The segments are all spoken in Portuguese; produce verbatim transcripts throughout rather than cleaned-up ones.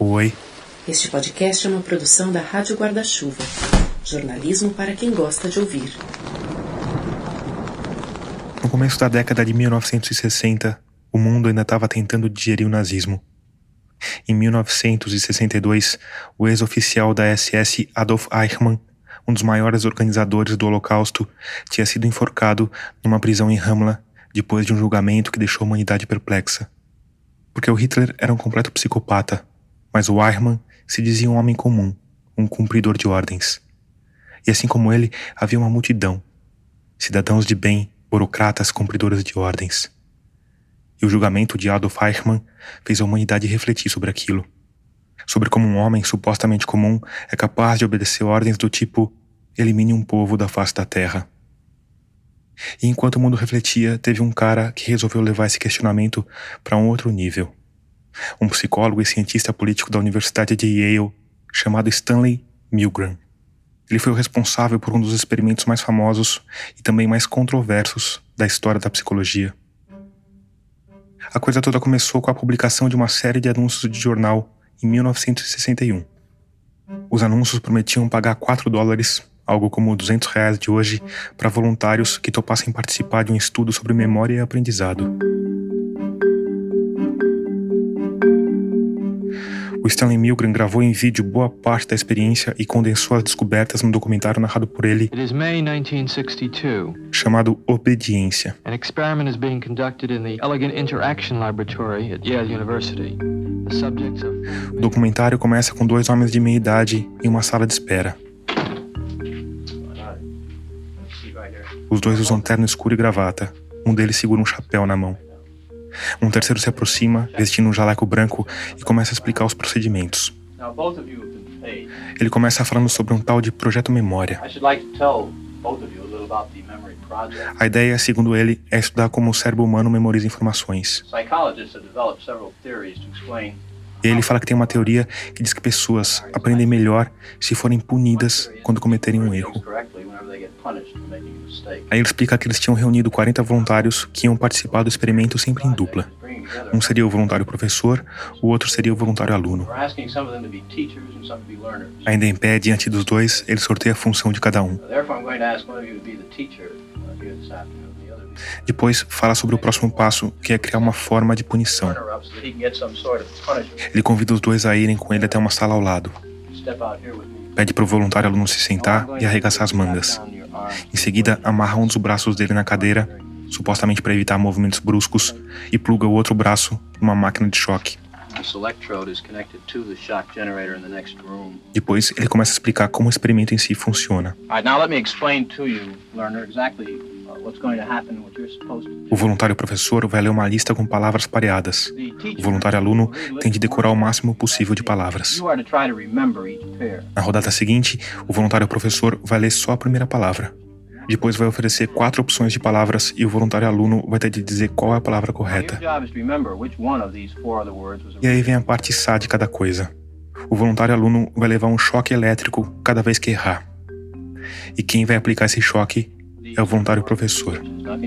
Oi. Este podcast é uma produção da Rádio Guarda-Chuva. Jornalismo para quem gosta de ouvir. No começo da década de mil novecentos e sessenta, o mundo ainda estava tentando digerir o nazismo. Em mil novecentos e sessenta e dois, o ex-oficial da S S Adolf Eichmann, um dos maiores organizadores do Holocausto, tinha sido enforcado numa prisão em Ramla depois de um julgamento que deixou a humanidade perplexa. Porque o Hitler era um completo psicopata, mas o Eichmann se dizia um homem comum, um cumpridor de ordens. E assim como ele, havia uma multidão, cidadãos de bem, burocratas cumpridores de ordens. E o julgamento de Adolf Eichmann fez a humanidade refletir sobre aquilo. Sobre como um homem supostamente comum é capaz de obedecer ordens do tipo elimine um povo da face da terra. E enquanto o mundo refletia, teve um cara que resolveu levar esse questionamento para um outro nível. Um psicólogo e cientista político da Universidade de Yale, chamado Stanley Milgram. Ele foi o responsável por um dos experimentos mais famosos e também mais controversos da história da psicologia. A coisa toda começou com a publicação de uma série de anúncios de jornal em mil novecentos e sessenta e um. Os anúncios prometiam pagar quatro dólares, algo como duzentos reais de hoje, para voluntários que topassem participar de um estudo sobre memória e aprendizado. O Stanley Milgram gravou em vídeo boa parte da experiência e condensou as descobertas num documentário narrado por ele, It is May nineteen sixty-two. chamado Obediência. An experiment is being conducted in the Elegant Interaction Laboratory at Yale University. The subjects of... O documentário começa com dois homens de meia idade em uma sala de espera. Os dois usam terno escuro e gravata. Um deles segura um chapéu na mão. Um terceiro se aproxima, vestindo um jaleco branco, e começa a explicar os procedimentos. Ele começa falando sobre um tal de Projeto Memória. A ideia, segundo ele, é estudar como o cérebro humano memoriza informações. E ele fala que tem uma teoria que diz que pessoas aprendem melhor se forem punidas quando cometerem um erro. Aí ele explica que eles tinham reunido quarenta voluntários que iam participar do experimento sempre em dupla. Um seria o voluntário professor, o outro seria o voluntário aluno. Ainda em pé, diante dos dois, ele sorteia a função de cada um. Depois, fala sobre o próximo passo, que é criar uma forma de punição. Ele convida os dois a irem com ele até uma sala ao lado. Pede para o voluntário aluno se sentar e arregaçar as mangas. Em seguida, amarra um dos braços dele na cadeira, supostamente para evitar movimentos bruscos, e pluga o outro braço numa máquina de choque. Depois, ele começa a explicar como o experimento em si funciona. O voluntário professor vai ler uma lista com palavras pareadas. O voluntário aluno tem de decorar o máximo possível de palavras. Na rodada seguinte, o voluntário professor vai ler só a primeira palavra. Depois vai oferecer quatro opções de palavras e o voluntário aluno vai ter de dizer qual é a palavra correta. E aí vem a parte sádica da coisa. O voluntário aluno vai levar um choque elétrico cada vez que errar. E quem vai aplicar esse choque é o voluntário professor.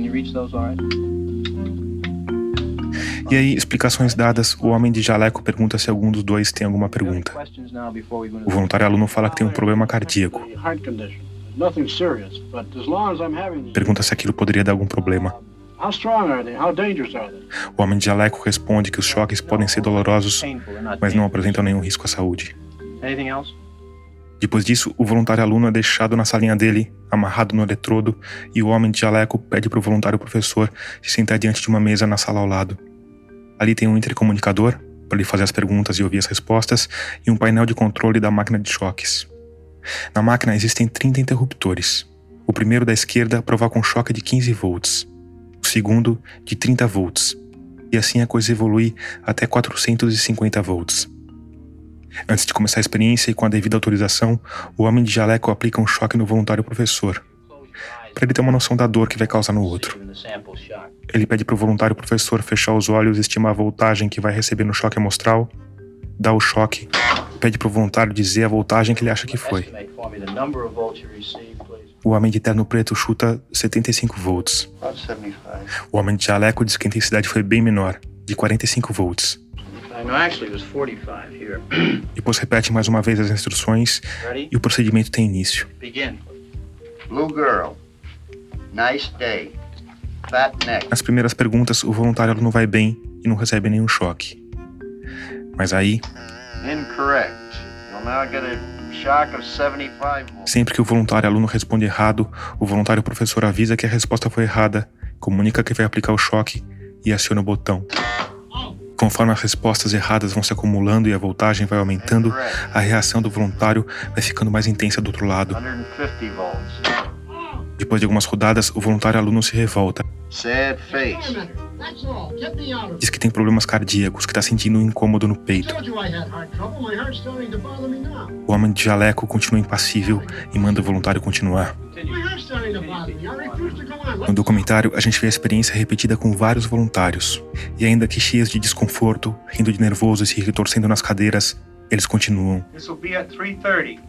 E aí, explicações dadas, o homem de jaleco pergunta se algum dos dois tem alguma pergunta. O voluntário aluno fala que tem um problema cardíaco. Pergunta se aquilo poderia dar algum problema. O homem de jaleco responde que os choques podem ser dolorosos, mas não apresentam nenhum risco à saúde. Depois disso, o voluntário aluno é deixado na salinha dele, amarrado no eletrodo, e o homem de jaleco pede para o voluntário professor se sentar diante de uma mesa na sala ao lado. Ali tem um intercomunicador, para ele fazer as perguntas e ouvir as respostas, e um painel de controle da máquina de choques. Na máquina existem trinta interruptores. O primeiro da esquerda provoca um choque de quinze volts, o segundo de trinta volts, e assim a coisa evolui até quatrocentos e cinquenta volts. Antes de começar a experiência e com a devida autorização, o homem de jaleco aplica um choque no voluntário professor, para ele ter uma noção da dor que vai causar no outro. Ele pede para o voluntário professor fechar os olhos e estimar a voltagem que vai receber no choque amostral, dá o choque, pede para o voluntário dizer a voltagem que ele acha que foi. O homem de terno preto chuta setenta e cinco volts. O homem de jaleco diz que a intensidade foi bem menor, de quarenta e cinco volts. Depois repete mais uma vez as instruções e o procedimento tem início. Blue girl. Nice day. Fat neck. Nas primeiras perguntas, o voluntário aluno vai bem e não recebe nenhum choque. Mas aí... Incorrect. You'll now get a shock of seventy-five volts. Sempre que o voluntário aluno responde errado, o voluntário professor avisa que a resposta foi errada, comunica que vai aplicar o choque e aciona o botão. Conforme as respostas erradas vão se acumulando e a voltagem vai aumentando, a reação do voluntário vai ficando mais intensa do outro lado. one hundred fifty volts. Depois de algumas rodadas, o voluntário aluno se revolta. Sad face. Diz que tem problemas cardíacos, que está sentindo um incômodo no peito. O homem de jaleco continua impassível e manda o voluntário continuar. No documentário, a gente vê a experiência repetida com vários voluntários. E ainda que cheios de desconforto, rindo de nervoso e se retorcendo nas cadeiras, eles continuam. This will be at three thirty.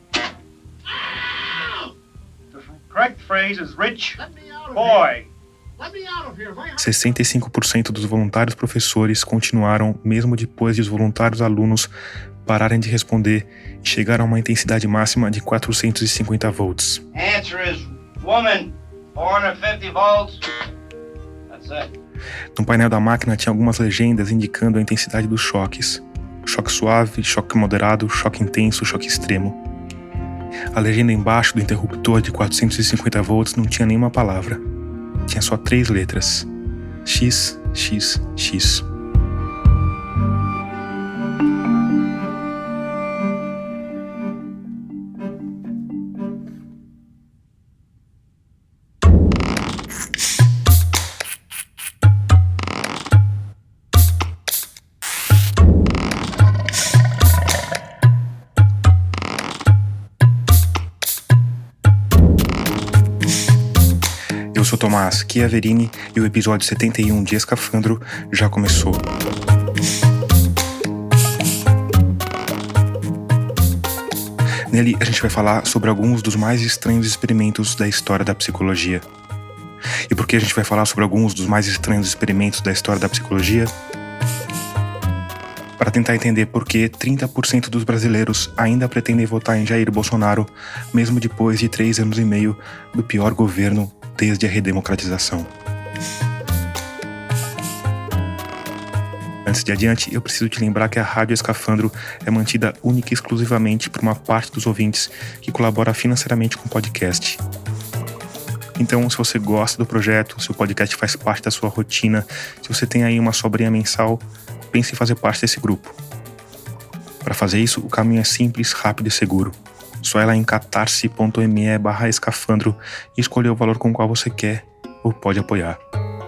The correct phrase is rich boy. sessenta e cinco por cento dos voluntários professores continuaram mesmo depois de os voluntários alunos pararem de responder e chegaram a uma intensidade máxima de quatrocentos e cinquenta volts. Answer is woman. four hundred fifty volts. That's it. No painel da máquina tinha algumas legendas indicando a intensidade dos choques. Choque suave, choque moderado, choque intenso, choque extremo. A legenda embaixo do interruptor de quatrocentos e cinquenta volts não tinha nenhuma palavra. Tinha só três letras. X, X, X. Eu sou Tomás Chiaverini e o episódio setenta e um de Escafandro já começou. Nele a gente vai falar sobre alguns dos mais estranhos experimentos da história da psicologia. E por que a gente vai falar sobre alguns dos mais estranhos experimentos da história da psicologia? Para tentar entender por que trinta por cento dos brasileiros ainda pretendem votar em Jair Bolsonaro, mesmo depois de três anos e meio do pior governo desde a redemocratização. Antes de adiante, eu preciso te lembrar que a Rádio Escafandro é mantida única e exclusivamente por uma parte dos ouvintes que colabora financeiramente com o podcast. Então, se você gosta do projeto, se o podcast faz parte da sua rotina, se você tem aí uma sobrinha mensal, pense em fazer parte desse grupo. Para fazer isso, o caminho é simples, rápido e seguro. Só ir lá em catarse.me barra escafandro e escolher o valor com o qual você quer ou pode apoiar.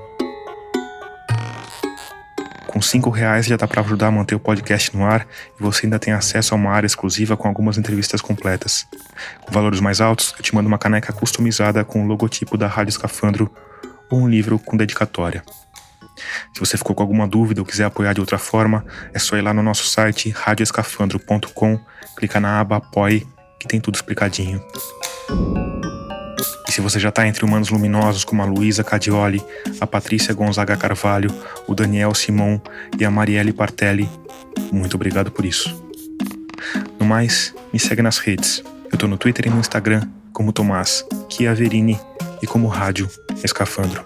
Com cinco reais já dá para ajudar a manter o podcast no ar e você ainda tem acesso a uma área exclusiva com algumas entrevistas completas. Com valores mais altos, eu te mando uma caneca customizada com o logotipo da Rádio Escafandro ou um livro com dedicatória. Se você ficou com alguma dúvida ou quiser apoiar de outra forma, é só ir lá no nosso site rádio escafandro ponto com, clicar na aba Apoie, que tem tudo explicadinho. E se você já está entre humanos luminosos como a Luísa Cadioli, a Patrícia Gonzaga Carvalho, o Daniel Simon e a Marielle Partelli, muito obrigado por isso. No mais, me segue nas redes. Eu tô no Twitter e no Instagram como Tomás Chiaverini e como Rádio Escafandro.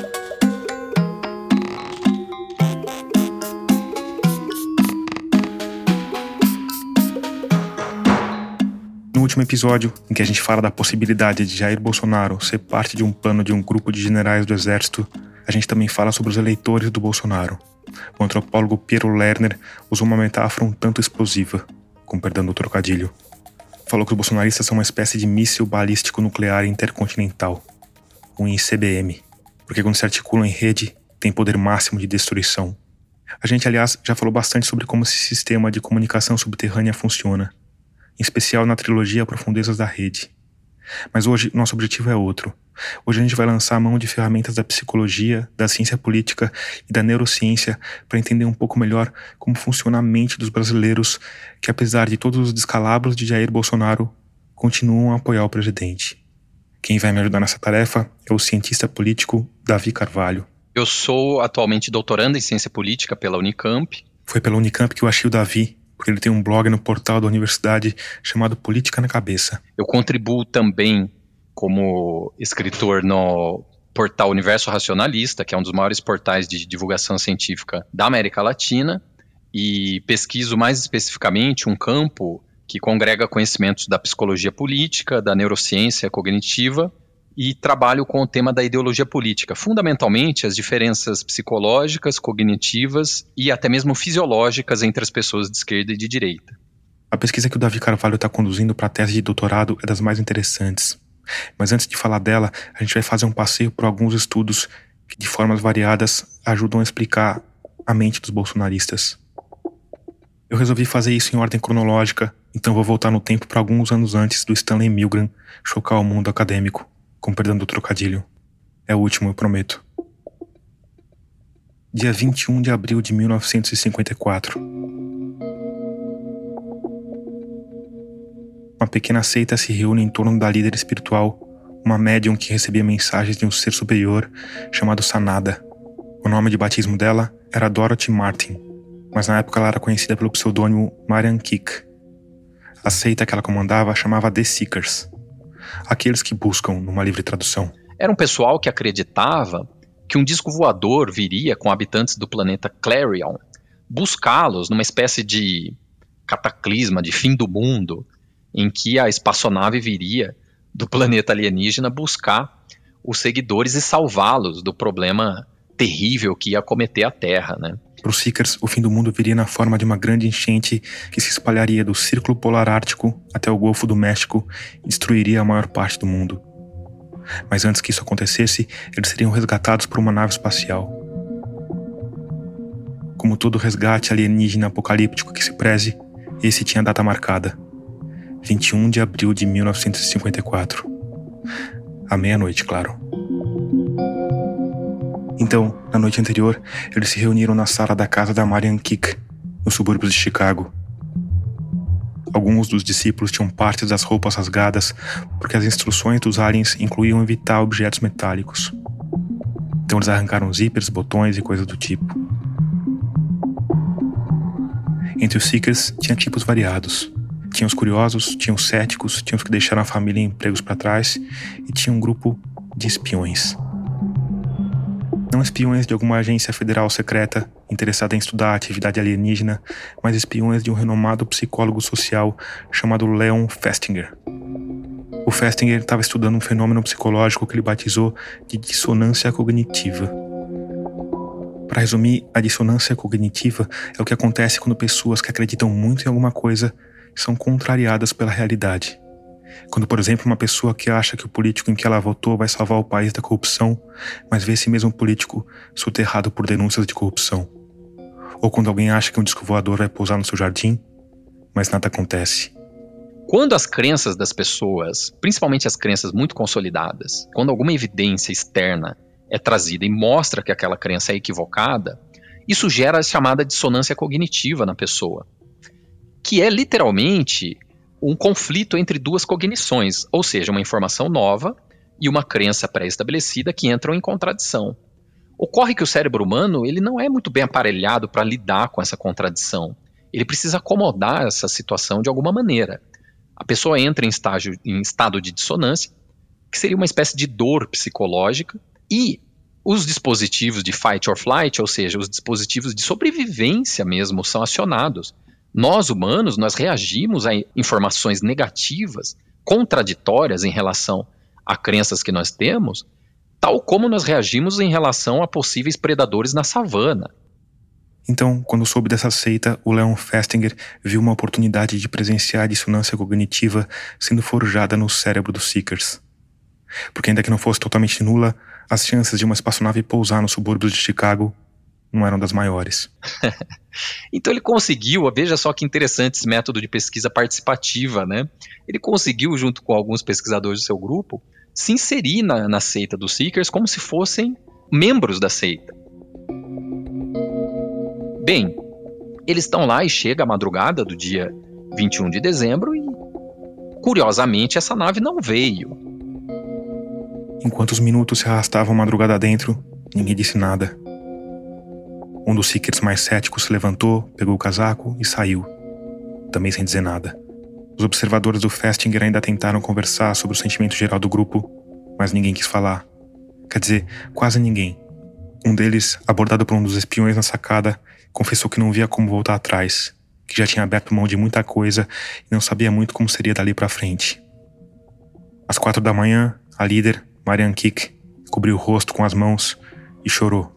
No último episódio, em que a gente fala da possibilidade de Jair Bolsonaro ser parte de um plano de um grupo de generais do exército, a gente também fala sobre os eleitores do Bolsonaro. O antropólogo Piero Lerner usou uma metáfora um tanto explosiva, com perdão do trocadilho. Falou que os bolsonaristas são uma espécie de míssil balístico nuclear intercontinental, um I C B M, porque quando se articulam em rede, tem poder máximo de destruição. A gente, aliás, já falou bastante sobre como esse sistema de comunicação subterrânea funciona, em especial na trilogia Profundezas da Rede. Mas hoje nosso objetivo é outro. Hoje a gente vai lançar a mão de ferramentas da psicologia, da ciência política e da neurociência para entender um pouco melhor como funciona a mente dos brasileiros que, apesar de todos os descalabros de Jair Bolsonaro, continuam a apoiar o presidente. Quem vai me ajudar nessa tarefa é o cientista político Davi Carvalho. Eu sou atualmente doutorando em ciência política pela Unicamp Foi pela Unicamp que eu achei o Davi, porque ele tem um blog no portal da universidade chamado Política na Cabeça. Eu contribuo também como escritor no portal Universo Racionalista, que é um dos maiores portais de divulgação científica da América Latina, e pesquiso mais especificamente um campo que congrega conhecimentos da psicologia política, da neurociência cognitiva, e trabalho com o tema da ideologia política, fundamentalmente as diferenças psicológicas, cognitivas e até mesmo fisiológicas entre as pessoas de esquerda e de direita. A pesquisa que o Davi Carvalho está conduzindo para a tese de doutorado é das mais interessantes. Mas antes de falar dela, a gente vai fazer um passeio por alguns estudos que, de formas variadas, ajudam a explicar a mente dos bolsonaristas. Eu resolvi fazer isso em ordem cronológica, então vou voltar no tempo para alguns anos antes do Stanley Milgram chocar o mundo acadêmico, com perdão do trocadilho. É o último, eu prometo. Dia vinte e um de abril de mil novecentos e cinquenta e quatro. Uma pequena seita se reúne em torno da líder espiritual, uma médium que recebia mensagens de um ser superior chamado Sanada. O nome de batismo dela era Dorothy Martin, mas na época ela era conhecida pelo pseudônimo Marian Kick. A seita que ela comandava chamava The Seekers, aqueles que buscam, numa livre tradução. Era um pessoal que acreditava que um disco voador viria com habitantes do planeta Clarion, buscá-los numa espécie de cataclisma, de fim do mundo, em que a espaçonave viria do planeta alienígena buscar os seguidores e salvá-los do problema terrível que ia acometer a Terra, né? Para os Seekers, o fim do mundo viria na forma de uma grande enchente que se espalharia do Círculo Polar Ártico até o Golfo do México e destruiria a maior parte do mundo. Mas antes que isso acontecesse, eles seriam resgatados por uma nave espacial. Como todo resgate alienígena apocalíptico que se preze, esse tinha data marcada. vinte e um de abril de mil novecentos e cinquenta e quatro. À meia-noite, claro. Então, na noite anterior, eles se reuniram na sala da casa da Marian Kick, nos subúrbios de Chicago. Alguns dos discípulos tinham partes das roupas rasgadas porque as instruções dos aliens incluíam evitar objetos metálicos. Então eles arrancaram zíperes, botões e coisas do tipo. Entre os Seekers tinha tipos variados. Tinha os curiosos, tinha os céticos, tinha os que deixaram a família e empregos para trás e tinha um grupo de espiões. Não espiões de alguma agência federal secreta interessada em estudar a atividade alienígena, mas espiões de um renomado psicólogo social chamado Leon Festinger. O Festinger estava estudando um fenômeno psicológico que ele batizou de dissonância cognitiva. Para resumir, a dissonância cognitiva é o que acontece quando pessoas que acreditam muito em alguma coisa são contrariadas pela realidade. Quando, por exemplo, uma pessoa que acha que o político em que ela votou vai salvar o país da corrupção, mas vê esse mesmo político soterrado por denúncias de corrupção. Ou quando alguém acha que um disco voador vai pousar no seu jardim, mas nada acontece. Quando as crenças das pessoas, principalmente as crenças muito consolidadas, quando alguma evidência externa é trazida e mostra que aquela crença é equivocada, isso gera a chamada dissonância cognitiva na pessoa, que é literalmente um conflito entre duas cognições, ou seja, uma informação nova e uma crença pré-estabelecida que entram em contradição. Ocorre que o cérebro humano ele não é muito bem aparelhado para lidar com essa contradição. Ele precisa acomodar essa situação de alguma maneira. A pessoa entra em, estágio, em estado de dissonância, que seria uma espécie de dor psicológica, e os dispositivos de fight or flight, ou seja, os dispositivos de sobrevivência mesmo, são acionados. Nós, humanos, nós reagimos a informações negativas, contraditórias em relação a crenças que nós temos, tal como nós reagimos em relação a possíveis predadores na savana. Então, quando soube dessa seita, o Leon Festinger viu uma oportunidade de presenciar a dissonância cognitiva sendo forjada no cérebro dos Seekers. Porque ainda que não fosse totalmente nula, as chances de uma espaçonave pousar nos subúrbios de Chicago não eram das maiores. Então ele conseguiu, veja só que interessante esse método de pesquisa participativa, né? Ele conseguiu, junto com alguns pesquisadores do seu grupo, se inserir na, na seita dos Seekers como se fossem membros da seita. Bem, eles estão lá e chega a madrugada do dia vinte e um de dezembro e, curiosamente, essa nave não veio. Enquanto os minutos se arrastavam madrugada dentro, ninguém disse nada. Um dos Seekers mais céticos se levantou, pegou o casaco e saiu, também sem dizer nada. Os observadores do Festinger ainda tentaram conversar sobre o sentimento geral do grupo, mas ninguém quis falar. Quer dizer, quase ninguém. Um deles, abordado por um dos espiões na sacada, confessou que não via como voltar atrás, que já tinha aberto mão de muita coisa e não sabia muito como seria dali pra frente. Às quatro da manhã, a líder, Marian Kick, cobriu o rosto com as mãos e chorou.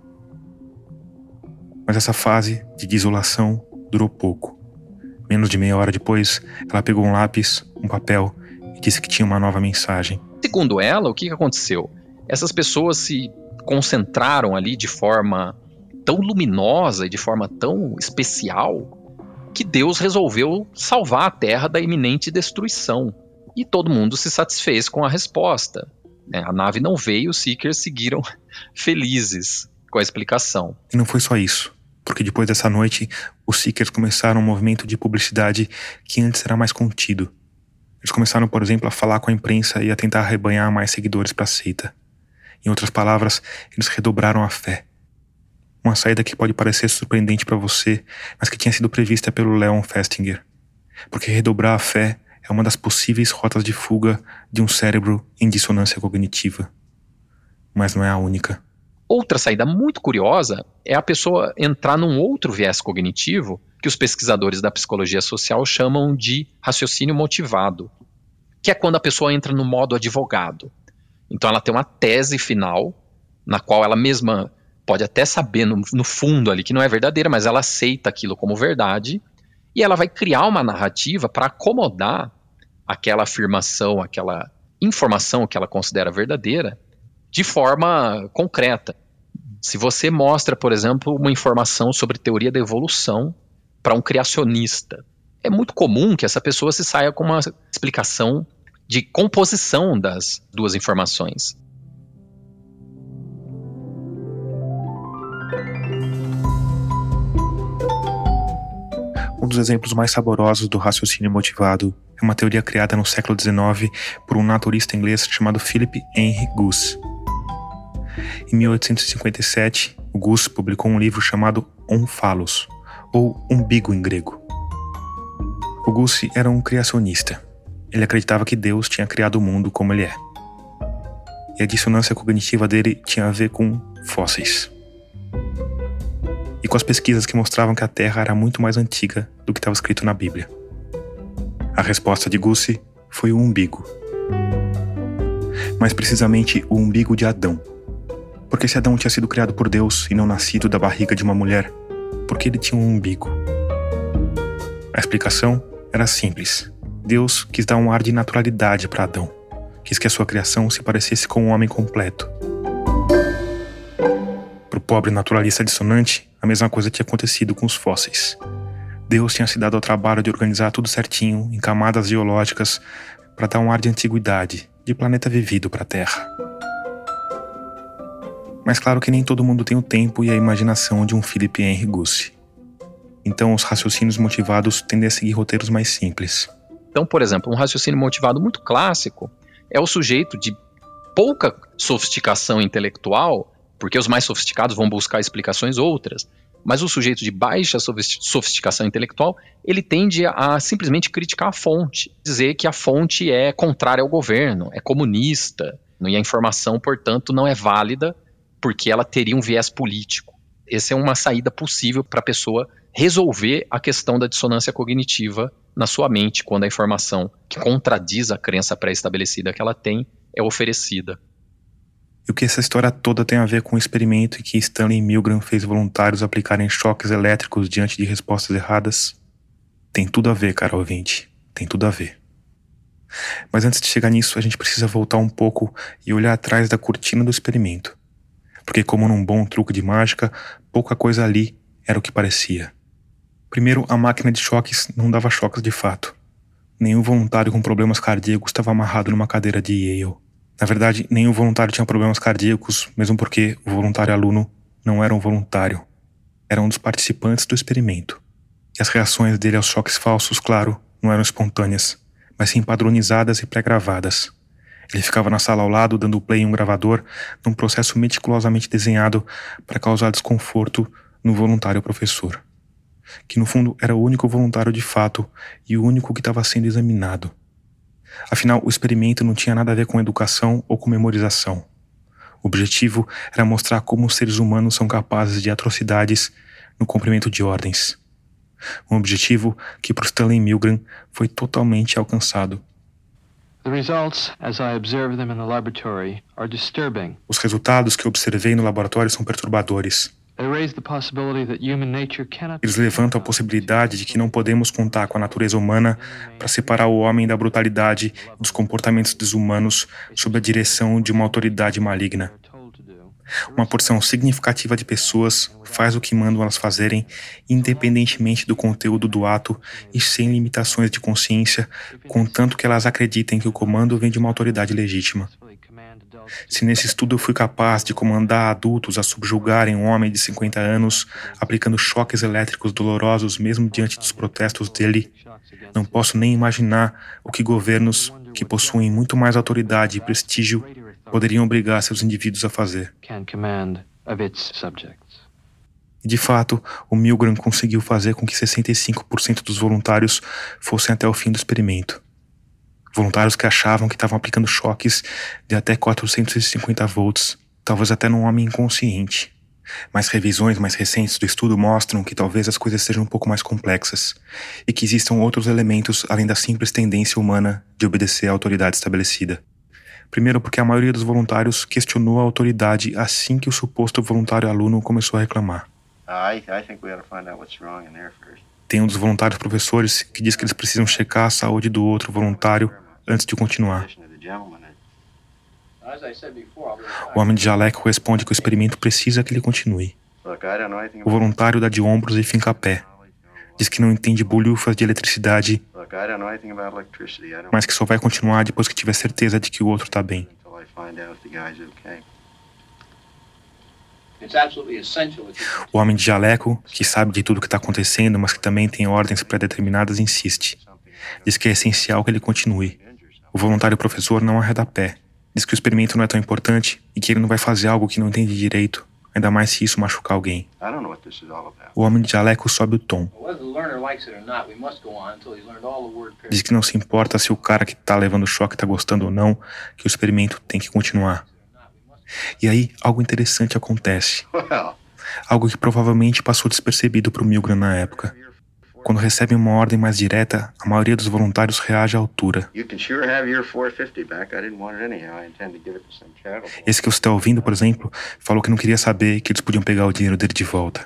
Mas essa fase de desolação durou pouco. Menos de meia hora depois, ela pegou um lápis, um papel e disse que tinha uma nova mensagem. Segundo ela, o que aconteceu? Essas pessoas se concentraram ali de forma tão luminosa e de forma tão especial que Deus resolveu salvar a Terra da iminente destruição. E todo mundo se satisfez com a resposta. A nave não veio, os Seekers seguiram felizes com a explicação. E não foi só isso, porque depois dessa noite, os Seekers começaram um movimento de publicidade que antes era mais contido. Eles começaram, por exemplo, a falar com a imprensa e a tentar arrebanhar mais seguidores para a seita. Em outras palavras, eles redobraram a fé. Uma saída que pode parecer surpreendente para você, mas que tinha sido prevista pelo Leon Festinger. Porque redobrar a fé é uma das possíveis rotas de fuga de um cérebro em dissonância cognitiva. Mas não é a única. Outra saída muito curiosa é a pessoa entrar num outro viés cognitivo que os pesquisadores da psicologia social chamam de raciocínio motivado, que é quando a pessoa entra no modo advogado. Então ela tem uma tese final, na qual ela mesma pode até saber no, no fundo ali que não é verdadeira, mas ela aceita aquilo como verdade, e ela vai criar uma narrativa para acomodar aquela afirmação, aquela informação que ela considera verdadeira, de forma concreta. Se você mostra, por exemplo, uma informação sobre teoria da evolução para um criacionista, é muito comum que essa pessoa se saia com uma explicação de composição das duas informações. Um dos exemplos mais saborosos do raciocínio motivado é uma teoria criada no século dezenove por um naturalista inglês chamado Philip Henry Goose. Em mil oitocentos e cinquenta e sete, o Goose publicou um livro chamado Omphalos, ou umbigo em grego. O Goose era um criacionista. Ele acreditava que Deus tinha criado o mundo como ele é. E a dissonância cognitiva dele tinha a ver com fósseis. E com as pesquisas que mostravam que a Terra era muito mais antiga do que estava escrito na Bíblia. A resposta de Goose foi o umbigo. Mais precisamente, o umbigo de Adão. Porque se Adão tinha sido criado por Deus e não nascido da barriga de uma mulher, por que ele tinha um umbigo? A explicação era simples. Deus quis dar um ar de naturalidade para Adão. Quis que a sua criação se parecesse com um homem completo. Para o pobre naturalista dissonante, a mesma coisa tinha acontecido com os fósseis. Deus tinha se dado ao trabalho de organizar tudo certinho, em camadas geológicas, para dar um ar de antiguidade, de planeta vivido para a Terra. Mas claro que nem todo mundo tem o tempo e a imaginação de um Philip Henry Goose. Então os raciocínios motivados tendem a seguir roteiros mais simples. Então, por exemplo, um raciocínio motivado muito clássico é o sujeito de pouca sofisticação intelectual, porque os mais sofisticados vão buscar explicações outras, mas o sujeito de baixa sofisticação intelectual, ele tende a simplesmente criticar a fonte, dizer que a fonte é contrária ao governo, é comunista, e a informação, portanto, não é válida porque ela teria um viés político. Essa é uma saída possível para a pessoa resolver a questão da dissonância cognitiva na sua mente, quando a informação que contradiz a crença pré-estabelecida que ela tem é oferecida. E o que essa história toda tem a ver com o experimento em que Stanley Milgram fez voluntários aplicarem choques elétricos diante de respostas erradas? Tem tudo a ver, cara ouvinte. Tem tudo a ver. Mas antes de chegar nisso, a gente precisa voltar um pouco e olhar atrás da cortina do experimento. Porque, como num bom truque de mágica, pouca coisa ali era o que parecia. Primeiro, a máquina de choques não dava choques de fato. Nenhum voluntário com problemas cardíacos estava amarrado numa cadeira de Yale. Na verdade, nenhum voluntário tinha problemas cardíacos, mesmo porque o voluntário aluno não era um voluntário. Era um dos participantes do experimento. E as reações dele aos choques falsos, claro, não eram espontâneas, mas sim padronizadas e pré-gravadas. Ele ficava na sala ao lado, dando play em um gravador, num processo meticulosamente desenhado para causar desconforto no voluntário professor, que no fundo era o único voluntário de fato e o único que estava sendo examinado. Afinal, o experimento não tinha nada a ver com educação ou com memorização. O objetivo era mostrar como os seres humanos são capazes de atrocidades no cumprimento de ordens. Um objetivo que para Stanley Milgram foi totalmente alcançado. The results, as I observe them in the laboratory, are disturbing. Os resultados que eu observei no laboratório são perturbadores. They raise the possibility that human nature cannot. Eles levantam a possibilidade de que não podemos contar com a natureza humana para separar o homem da brutalidade e dos comportamentos desumanos sob a direção de uma autoridade maligna. Uma porção significativa de pessoas faz o que mandam elas fazerem, independentemente do conteúdo do ato e sem limitações de consciência, contanto que elas acreditem que o comando vem de uma autoridade legítima. Se nesse estudo eu fui capaz de comandar adultos a subjugarem um homem de cinquenta anos, aplicando choques elétricos dolorosos mesmo diante dos protestos dele, não posso nem imaginar o que governos que possuem muito mais autoridade e prestígio poderiam obrigar seus indivíduos a fazer. E de fato, o Milgram conseguiu fazer com que sessenta e cinco por cento dos voluntários fossem até o fim do experimento. Voluntários que achavam que estavam aplicando choques de até quatrocentos e cinquenta volts, talvez até num homem inconsciente. Mas revisões mais recentes do estudo mostram que talvez as coisas sejam um pouco mais complexas e que existam outros elementos além da simples tendência humana de obedecer à autoridade estabelecida. Primeiro porque a maioria dos voluntários questionou a autoridade assim que o suposto voluntário aluno começou a reclamar. Tem um dos voluntários professores que diz que eles precisam checar a saúde do outro voluntário antes de continuar. O homem de jaleco responde que o experimento precisa que ele continue. O voluntário dá de ombros e finca a pé. Diz que não entende bolhufas de eletricidade, mas que só vai continuar depois que tiver certeza de que o outro está bem. O homem de jaleco, que sabe de tudo o que está acontecendo, mas que também tem ordens pré-determinadas, insiste. Diz que é essencial que ele continue. O voluntário professor não arreda pé. Diz que o experimento não é tão importante e que ele não vai fazer algo que não entende direito, ainda mais se isso machucar alguém. O homem de jaleco sobe o tom. Diz que não se importa se o cara que está levando choque está gostando ou não, que o experimento tem que continuar. E aí, algo interessante acontece. Algo que provavelmente passou despercebido para o Milgram na época. Quando recebem uma ordem mais direta, a maioria dos voluntários reage à altura. Esse que você está ouvindo, por exemplo, falou que não queria saber que eles podiam pegar o dinheiro dele de volta.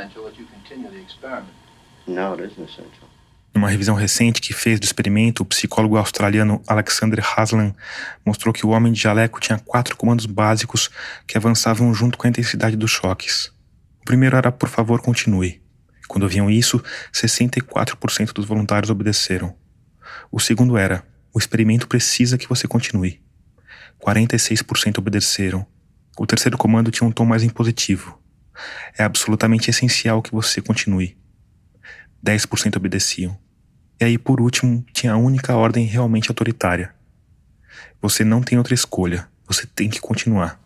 Numa revisão recente que fez do experimento, o psicólogo australiano Alexander Haslam mostrou que o homem de jaleco tinha quatro comandos básicos que avançavam junto com a intensidade dos choques. O primeiro era, por favor, continue. Quando ouviam isso, sessenta e quatro por cento dos voluntários obedeceram. O segundo era, o experimento precisa que você continue. quarenta e seis por cento obedeceram. O terceiro comando tinha um tom mais impositivo. É absolutamente essencial que você continue. dez por cento obedeciam. E aí, por último, tinha a única ordem realmente autoritária. Você não tem outra escolha. Você tem que continuar.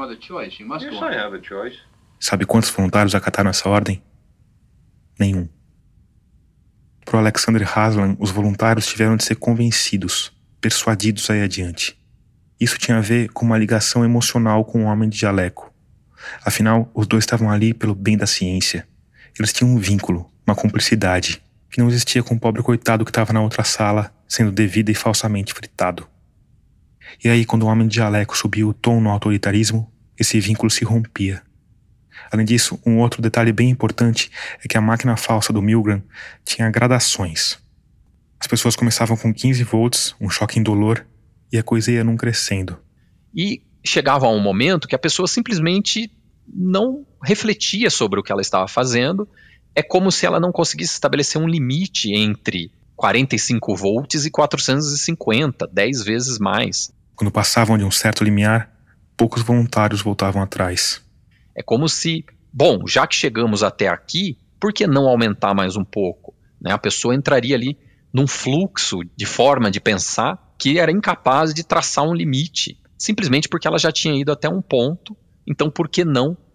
Sabe quantos voluntários acataram essa ordem? Nenhum. Para o Alexander Haslam, os voluntários tiveram de ser convencidos, persuadidos a ir adiante. Isso tinha a ver com uma ligação emocional com o homem de jaleco. Afinal, os dois estavam ali pelo bem da ciência. Eles tinham um vínculo, uma cumplicidade, que não existia com o pobre coitado que estava na outra sala, sendo devida e falsamente fritado. E aí, quando o homem de jaleco subiu o tom no autoritarismo, esse vínculo se rompia. Além disso, um outro detalhe bem importante é que a máquina falsa do Milgram tinha gradações. As pessoas começavam com quinze volts, um choque indolor, e a coisa ia num crescendo. E chegava a um momento que a pessoa simplesmente não refletia sobre o que ela estava fazendo. É como se ela não conseguisse estabelecer um limite entre quarenta e cinco volts e quatrocentos e cinquenta, dez vezes mais. Quando passavam de um certo limiar, poucos voluntários voltavam atrás. É como se, bom, já que chegamos até aqui, por que não aumentar mais um pouco? Né? A pessoa entraria ali num fluxo de forma de pensar que era incapaz de traçar um limite, simplesmente porque ela já tinha ido até um ponto, então por que não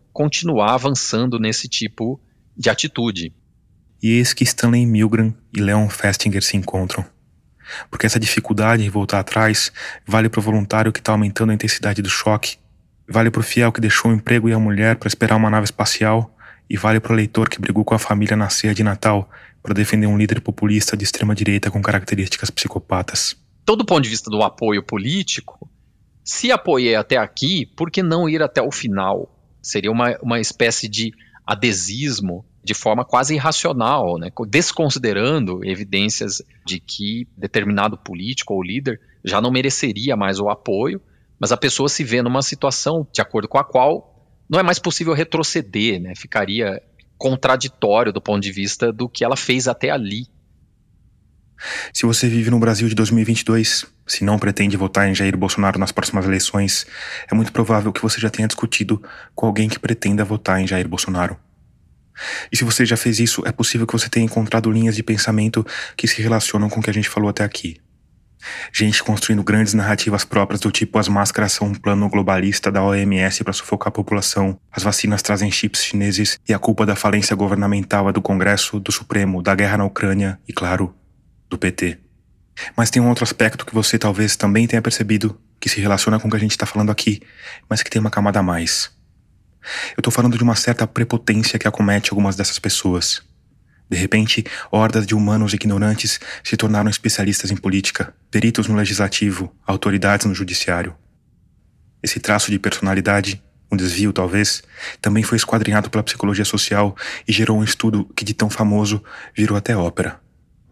continuar avançando nesse tipo de atitude. E eis que Stanley Milgram e Leon Festinger se encontram. Porque essa dificuldade em voltar atrás vale para o voluntário que está aumentando a intensidade do choque, vale para o fiel que deixou o emprego e a mulher para esperar uma nave espacial, e vale para o leitor que brigou com a família na ceia de Natal para defender um líder populista de extrema-direita com características psicopatas. Todo ponto de vista do apoio político, se apoiei até aqui, por que não ir até o final? Seria uma, uma espécie de adesismo de forma quase irracional, né? Desconsiderando evidências de que determinado político ou líder já não mereceria mais o apoio, mas a pessoa se vê numa situação de acordo com a qual não é mais possível retroceder, né? Ficaria contraditório do ponto de vista do que ela fez até ali. Se você vive no Brasil de dois mil e vinte e dois, se não pretende votar em Jair Bolsonaro nas próximas eleições, é muito provável que você já tenha discutido com alguém que pretenda votar em Jair Bolsonaro. E se você já fez isso, é possível que você tenha encontrado linhas de pensamento que se relacionam com o que a gente falou até aqui. Gente construindo grandes narrativas próprias do tipo as máscaras são um plano globalista da O M S para sufocar a população, as vacinas trazem chips chineses e a culpa da falência governamental é do Congresso, do Supremo, da guerra na Ucrânia e, claro, do P T. Mas tem um outro aspecto que você talvez também tenha percebido, que se relaciona com o que a gente está falando aqui, mas que tem uma camada a mais. Eu tô falando de uma certa prepotência que acomete algumas dessas pessoas. De repente, hordas de humanos ignorantes se tornaram especialistas em política, peritos no legislativo, autoridades no judiciário. Esse traço de personalidade, um desvio talvez, também foi esquadrinhado pela psicologia social e gerou um estudo que de tão famoso virou até ópera.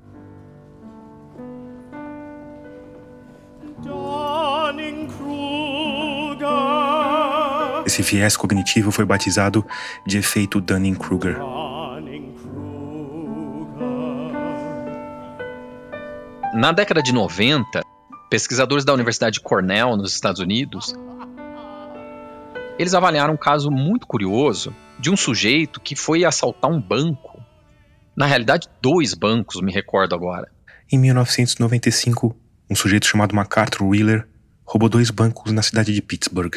Esse viés cognitivo foi batizado de efeito Dunning-Kruger. Na década de noventa, pesquisadores da Universidade de Cornell, nos Estados Unidos, eles avaliaram um caso muito curioso de um sujeito que foi assaltar um banco. Na realidade, dois bancos, me recordo agora. Em mil novecentos e noventa e cinco, um sujeito chamado MacArthur Wheeler roubou dois bancos na cidade de Pittsburgh.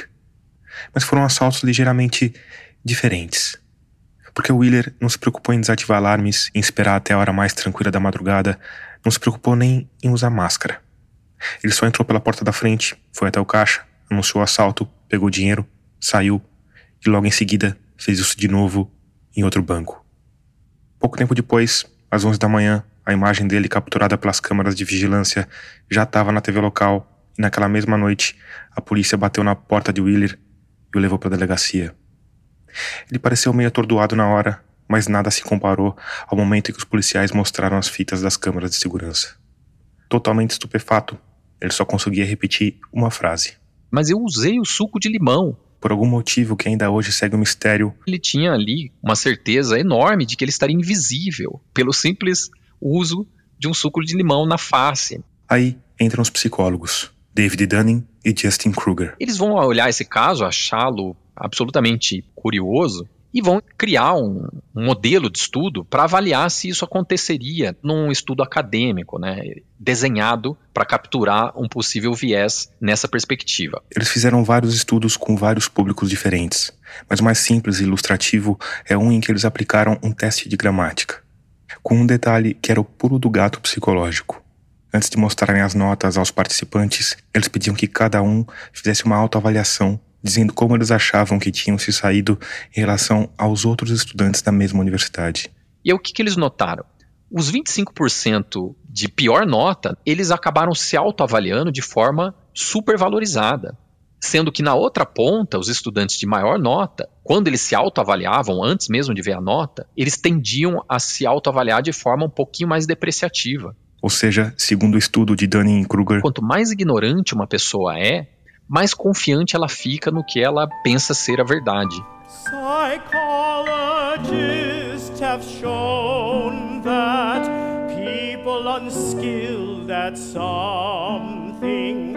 Mas foram assaltos ligeiramente diferentes. Porque o Wheeler não se preocupou em desativar alarmes, em esperar até a hora mais tranquila da madrugada, não se preocupou nem em usar máscara. Ele só entrou pela porta da frente, foi até o caixa, anunciou o assalto, pegou o dinheiro, saiu e logo em seguida fez isso de novo em outro banco. Pouco tempo depois, às onze da manhã, a imagem dele capturada pelas câmeras de vigilância já estava na T V local e naquela mesma noite a polícia bateu na porta de Wheeler e o levou para a delegacia. Ele pareceu meio atordoado na hora, mas nada se comparou ao momento em que os policiais mostraram as fitas das câmeras de segurança. Totalmente estupefato, ele só conseguia repetir uma frase. Mas eu usei o suco de limão. Por algum motivo que ainda hoje segue um mistério, ele tinha ali uma certeza enorme de que ele estaria invisível, pelo simples uso de um suco de limão na face. Aí entram os psicólogos, David Dunning e Justin Kruger. Eles vão olhar esse caso, achá-lo absolutamente curioso e vão criar um, um modelo de estudo para avaliar se isso aconteceria num estudo acadêmico, né, desenhado para capturar um possível viés nessa perspectiva. Eles fizeram vários estudos com vários públicos diferentes, mas o mais simples e ilustrativo é um em que eles aplicaram um teste de gramática, com um detalhe que era o pulo do gato psicológico. Antes de mostrarem as notas aos participantes, eles pediam que cada um fizesse uma autoavaliação, dizendo como eles achavam que tinham se saído em relação aos outros estudantes da mesma universidade. E aí, o que, que eles notaram? Os vinte e cinco por cento de pior nota, eles acabaram se autoavaliando de forma supervalorizada. Sendo que na outra ponta, os estudantes de maior nota, quando eles se autoavaliavam, antes mesmo de ver a nota, eles tendiam a se autoavaliar de forma um pouquinho mais depreciativa. Ou seja, segundo o estudo de Dunning e Kruger, quanto mais ignorante uma pessoa é, mais confiante ela fica no que ela pensa ser a verdade. Psychologists have shown that people unskilled at something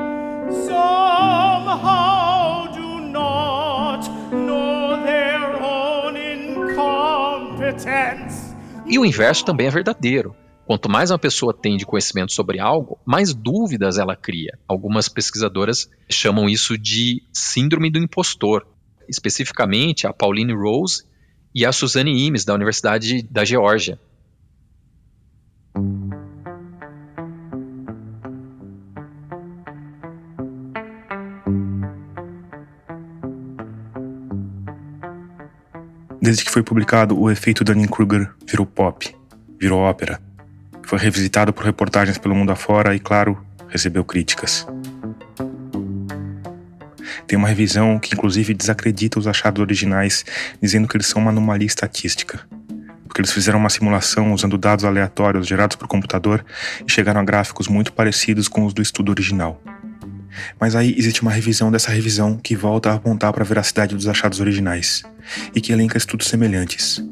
somehow do not know their own incompetence. E o inverso também é verdadeiro. Quanto mais uma pessoa tem de conhecimento sobre algo, mais dúvidas ela cria. Algumas pesquisadoras chamam isso de síndrome do impostor. especificamente a Pauline Rose e a Suzanne Imes, da Universidade da Geórgia. Desde que foi publicado, o efeito Dunning-Kruger virou pop, virou ópera. Foi revisitado por reportagens pelo mundo afora e, claro, recebeu críticas. Tem uma revisão que inclusive desacredita os achados originais, dizendo que eles são uma anomalia estatística, porque eles fizeram uma simulação usando dados aleatórios gerados por computador e chegaram a gráficos muito parecidos com os do estudo original. Mas aí existe uma revisão dessa revisão que volta a apontar para a veracidade dos achados originais e que elenca estudos semelhantes.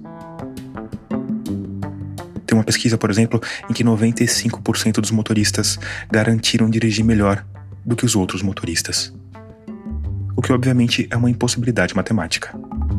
Tem uma pesquisa, por exemplo, em que noventa e cinco por cento dos motoristas garantiram dirigir melhor do que os outros motoristas. O que obviamente é uma impossibilidade matemática.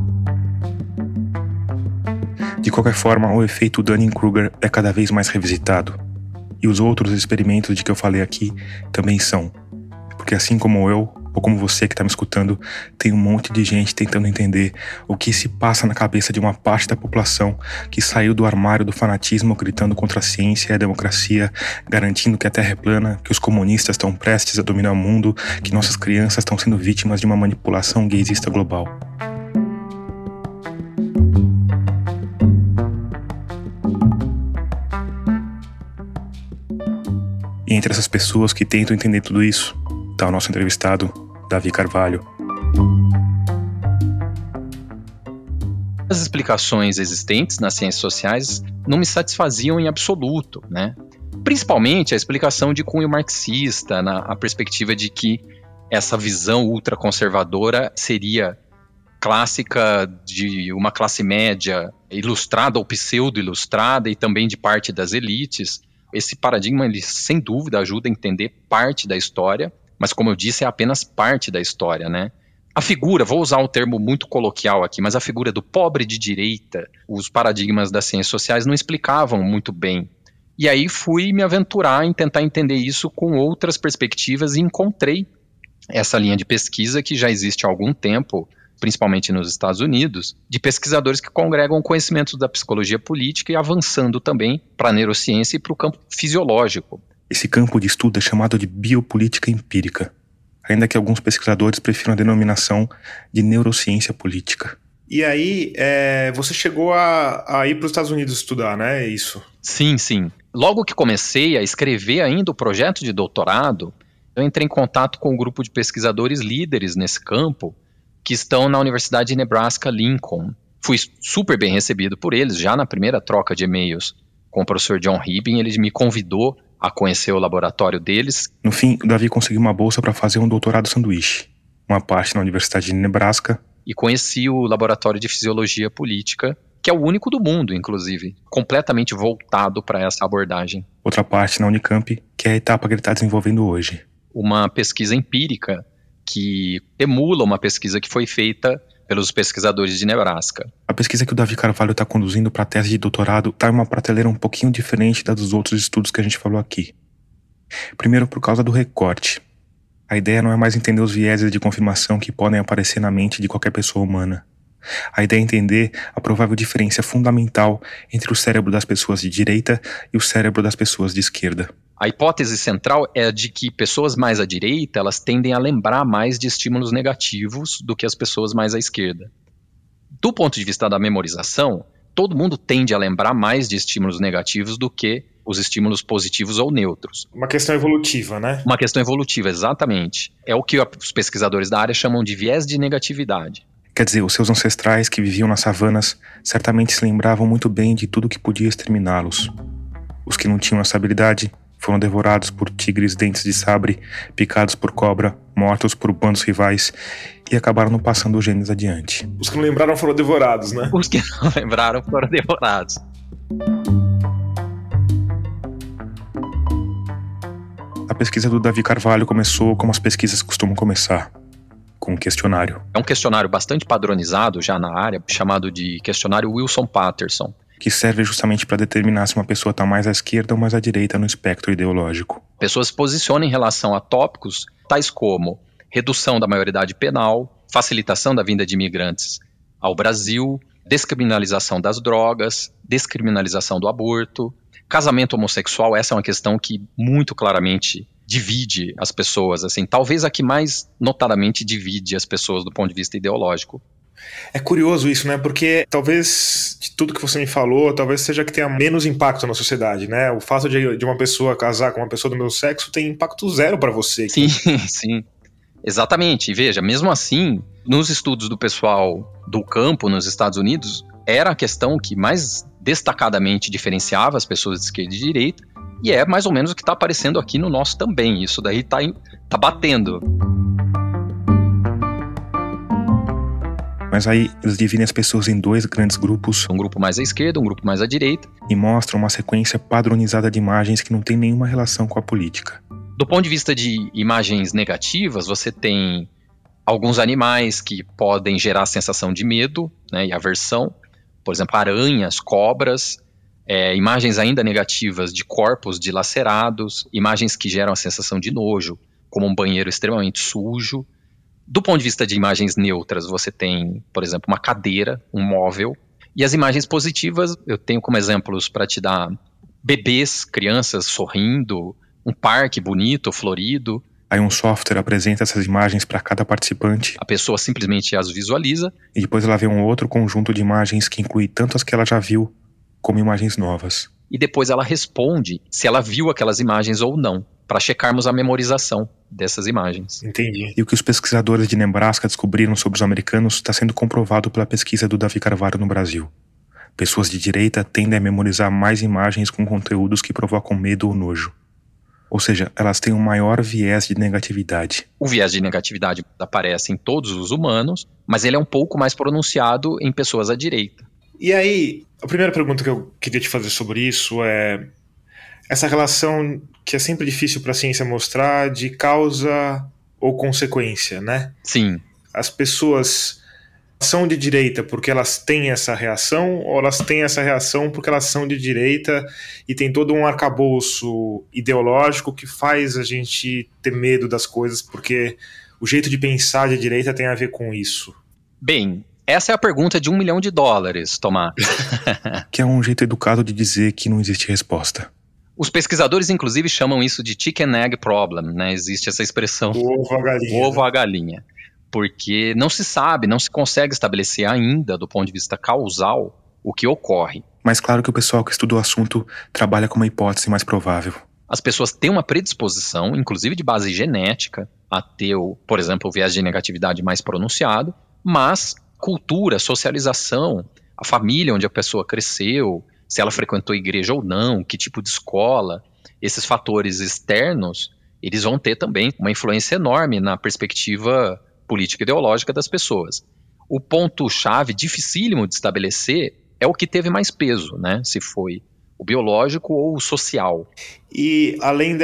De qualquer forma, o efeito Dunning-Kruger é cada vez mais revisitado, e os outros experimentos de que eu falei aqui também são. Porque assim como eu, ou como você que está me escutando, tem um monte de gente tentando entender o que se passa na cabeça de uma parte da população que saiu do armário do fanatismo gritando contra a ciência e a democracia, garantindo que a Terra é plana, que os comunistas estão prestes a dominar o mundo, que nossas crianças estão sendo vítimas de uma manipulação gaysista global. E entre essas pessoas que tentam entender tudo isso, está o nosso entrevistado, Davi Carvalho. As explicações existentes nas ciências sociais não me satisfaziam em absoluto, né? Principalmente a explicação de cunho marxista, na a perspectiva de que essa visão ultraconservadora seria clássica de uma classe média ilustrada ou pseudo-ilustrada e também de parte das elites. Esse paradigma, ele, sem dúvida, ajuda a entender parte da história, mas como eu disse, é apenas parte da história, né? A figura, vou usar um termo muito coloquial aqui, mas a figura do pobre de direita, os paradigmas das ciências sociais não explicavam muito bem. E aí fui me aventurar em tentar entender isso com outras perspectivas e encontrei essa linha de pesquisa que já existe há algum tempo, principalmente nos Estados Unidos, de pesquisadores que congregam conhecimentos da psicologia política e avançando também para a neurociência e para o campo fisiológico. Esse campo de estudo é chamado de biopolítica empírica, ainda que alguns pesquisadores prefiram a denominação de neurociência política. E aí, é, você chegou a, a ir para os Estados Unidos estudar, né? É isso? Sim, sim. Logo que comecei a escrever ainda o projeto de doutorado, eu entrei em contato com um grupo de pesquisadores líderes nesse campo, que estão na Universidade de Nebraska-Lincoln. Fui super bem recebido por eles, já na primeira troca de e-mails com o professor John Ribin, ele me convidou a conhecer o laboratório deles. No fim, o Davi conseguiu uma bolsa para fazer um doutorado sanduíche, uma parte na Universidade de Nebraska. E conheci o laboratório de fisiologia política, que é o único do mundo, inclusive, completamente voltado para essa abordagem. Outra parte na Unicamp, que é a etapa que ele está desenvolvendo hoje. Uma pesquisa empírica que emula uma pesquisa que foi feita pelos pesquisadores de Nebraska. A pesquisa que o Davi Carvalho está conduzindo para a tese de doutorado está em uma prateleira um pouquinho diferente da dos outros estudos que a gente falou aqui. Primeiro, por causa do recorte. A ideia não é mais entender os vieses de confirmação que podem aparecer na mente de qualquer pessoa humana. A ideia é entender a provável diferença fundamental entre o cérebro das pessoas de direita e o cérebro das pessoas de esquerda. A hipótese central é a de que pessoas mais à direita, elas tendem a lembrar mais de estímulos negativos do que as pessoas mais à esquerda. Do ponto de vista da memorização, todo mundo tende a lembrar mais de estímulos negativos do que os estímulos positivos ou neutros. Uma questão evolutiva, né? Uma questão evolutiva, exatamente. É o que os pesquisadores da área chamam de viés de negatividade. Quer dizer, os seus ancestrais que viviam nas savanas certamente se lembravam muito bem de tudo que podia exterminá-los. Os que não tinham essa habilidade foram devorados por tigres dentes de sabre, picados por cobra, mortos por bandos rivais e acabaram não passando os genes adiante. Os que não lembraram foram devorados, né? Os que não lembraram foram devorados. A pesquisa do Davi Carvalho começou como as pesquisas costumam começar, com um questionário. É um questionário bastante padronizado já na área, chamado de questionário Wilson-Patterson, que serve justamente para determinar se uma pessoa está mais à esquerda ou mais à direita no espectro ideológico. Pessoas se posicionam em relação a tópicos tais como redução da maioridade penal, facilitação da vinda de imigrantes ao Brasil, descriminalização das drogas, descriminalização do aborto, casamento homossexual. Essa é uma questão que muito claramente divide as pessoas, assim, talvez a que mais notadamente divide as pessoas do ponto de vista ideológico. É curioso isso, né? Porque talvez de tudo que você me falou, talvez seja que tenha menos impacto na sociedade, né? O fato de, de uma pessoa casar com uma pessoa do mesmo sexo tem impacto zero para você. Sim, sim. Exatamente. E veja, mesmo assim, nos estudos do pessoal do campo nos Estados Unidos, era a questão que mais destacadamente diferenciava as pessoas de esquerda e de direita, e é mais ou menos o que está aparecendo aqui no nosso também. Isso daí está tá batendo. Mas aí eles dividem as pessoas em dois grandes grupos. Um grupo mais à esquerda, um grupo mais à direita. E mostram uma sequência padronizada de imagens que não tem nenhuma relação com a política. Do ponto de vista de imagens negativas, você tem alguns animais que podem gerar sensação de medo, né, e aversão. Por exemplo, aranhas, cobras. É, imagens ainda negativas de corpos dilacerados. Imagens que geram a sensação de nojo, como um banheiro extremamente sujo. Do ponto de vista de imagens neutras, você tem, por exemplo, uma cadeira, um móvel. E as imagens positivas, eu tenho como exemplos para te dar bebês, crianças sorrindo, um parque bonito, florido. Aí um software apresenta essas imagens para cada participante. A pessoa simplesmente as visualiza. E depois ela vê um outro conjunto de imagens que inclui tanto as que ela já viu, como imagens novas. E depois ela responde se ela viu aquelas imagens ou não, para checarmos a memorização dessas imagens. Entendi. E o que os pesquisadores de Nebraska descobriram sobre os americanos está sendo comprovado pela pesquisa do Davi Carvalho no Brasil. Pessoas de direita tendem a memorizar mais imagens com conteúdos que provocam medo ou nojo. Ou seja, elas têm um maior viés de negatividade. O viés de negatividade aparece em todos os humanos, mas ele é um pouco mais pronunciado em pessoas à direita. E aí, a primeira pergunta que eu queria te fazer sobre isso é essa relação que é sempre difícil para a ciência mostrar de causa ou consequência, né? Sim. As pessoas são de direita porque elas têm essa reação, ou elas têm essa reação porque elas são de direita e tem todo um arcabouço ideológico que faz a gente ter medo das coisas porque o jeito de pensar de direita tem a ver com isso? Bem, essa é a pergunta de um milhão de dólares, Tomás. Que é um jeito educado de dizer que não existe resposta. Os pesquisadores, inclusive, chamam isso de chicken egg problem, né? Existe essa expressão. O ovo à galinha. Ovo à galinha. Porque não se sabe, não se consegue estabelecer ainda, do ponto de vista causal, o que ocorre. Mas claro que o pessoal que estuda o assunto trabalha com uma hipótese mais provável. As pessoas têm uma predisposição, inclusive de base genética, a ter, o, por exemplo, o viés de negatividade mais pronunciado, mas cultura, socialização, a família onde a pessoa cresceu, se ela frequentou igreja ou não, que tipo de escola, esses fatores externos, eles vão ter também uma influência enorme na perspectiva política e ideológica das pessoas. O ponto-chave dificílimo de estabelecer é o que teve mais peso, né? Se foi o biológico ou o social. E além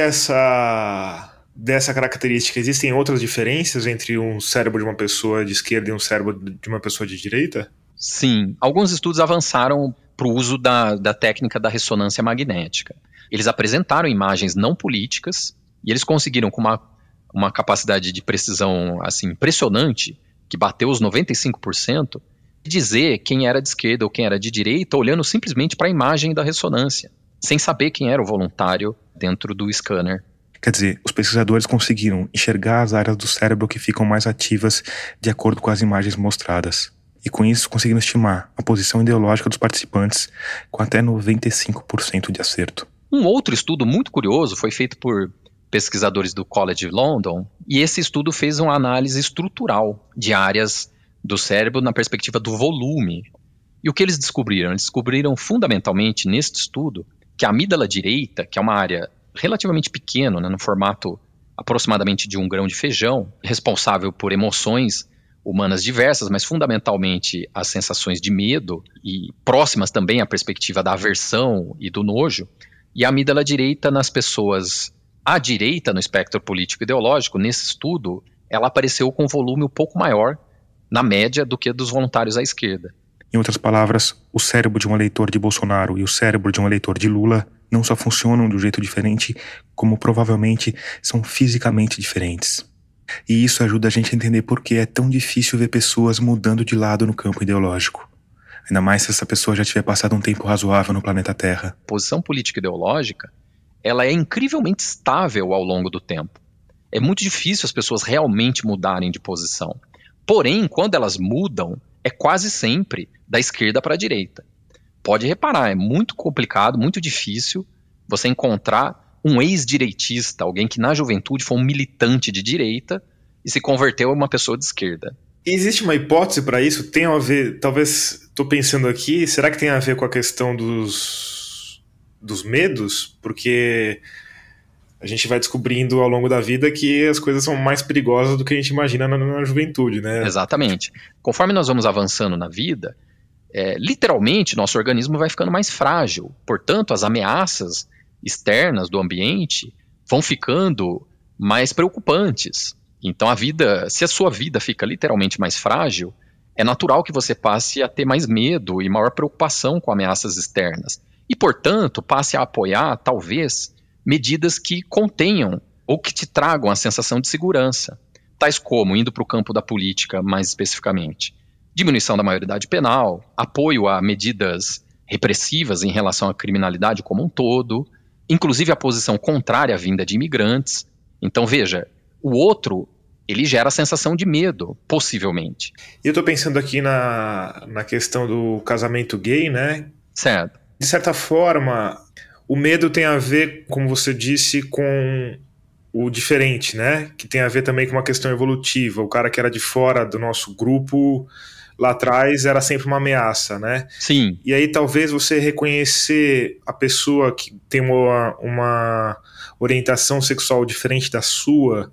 dessa, dessa característica, existem outras diferenças entre um cérebro de uma pessoa de esquerda e um cérebro de uma pessoa de direita? Sim, alguns estudos avançaram para o uso da, da técnica da ressonância magnética. Eles apresentaram imagens não políticas e eles conseguiram, com uma, uma capacidade de precisão assim, impressionante, que bateu os noventa e cinco por cento, dizer quem era de esquerda ou quem era de direita olhando simplesmente para a imagem da ressonância, sem saber quem era o voluntário dentro do scanner. Quer dizer, os pesquisadores conseguiram enxergar as áreas do cérebro que ficam mais ativas de acordo com as imagens mostradas. E com isso conseguiram estimar a posição ideológica dos participantes com até noventa e cinco por cento de acerto. Um outro estudo muito curioso foi feito por pesquisadores do College of London, e esse estudo fez uma análise estrutural de áreas do cérebro na perspectiva do volume. E o que eles descobriram? Eles descobriram fundamentalmente neste estudo que a amígdala direita, que é uma área relativamente pequena, né, no formato aproximadamente de um grão de feijão, responsável por emoções humanas diversas, mas fundamentalmente as sensações de medo e próximas também à perspectiva da aversão e do nojo, e a amígdala direita nas pessoas à direita no espectro político ideológico, nesse estudo, ela apareceu com um volume um pouco maior, na média, do que dos voluntários à esquerda. Em outras palavras, o cérebro de um eleitor de Bolsonaro e o cérebro de um eleitor de Lula não só funcionam de um jeito diferente, como provavelmente são fisicamente diferentes. E isso ajuda a gente a entender por que é tão difícil ver pessoas mudando de lado no campo ideológico. Ainda mais se essa pessoa já tiver passado um tempo razoável no planeta Terra. A posição política ideológica, ela é incrivelmente estável ao longo do tempo. É muito difícil as pessoas realmente mudarem de posição. Porém, quando elas mudam, é quase sempre da esquerda para a direita. Pode reparar, é muito complicado, muito difícil você encontrar um ex-direitista, alguém que na juventude foi um militante de direita e se converteu em uma pessoa de esquerda. Existe uma hipótese para isso? Tem a ver, talvez, estou pensando aqui, será que tem a ver com a questão dos, dos medos? Porque a gente vai descobrindo ao longo da vida que as coisas são mais perigosas do que a gente imagina na, na juventude, né? Exatamente. Conforme nós vamos avançando na vida, é, literalmente nosso organismo vai ficando mais frágil. Portanto, as ameaças externas do ambiente vão ficando mais preocupantes. Então a vida, se a sua vida fica literalmente mais frágil, é natural que você passe a ter mais medo e maior preocupação com ameaças externas. E, portanto, passe a apoiar, talvez, medidas que contenham ou que te tragam a sensação de segurança, tais como, indo para o campo da política mais especificamente, diminuição da maioridade penal, apoio a medidas repressivas em relação à criminalidade como um todo, inclusive a posição contrária à vinda de imigrantes. Então, veja, o outro, ele gera a sensação de medo, possivelmente. Eu estou pensando aqui na, na questão do casamento gay, né? Certo. De certa forma, o medo tem a ver, como você disse, com o diferente, né? Que tem a ver também com uma questão evolutiva. O cara que era de fora do nosso grupo lá atrás era sempre uma ameaça, né? Sim. E aí talvez você reconhecer a pessoa que tem uma, uma orientação sexual diferente da sua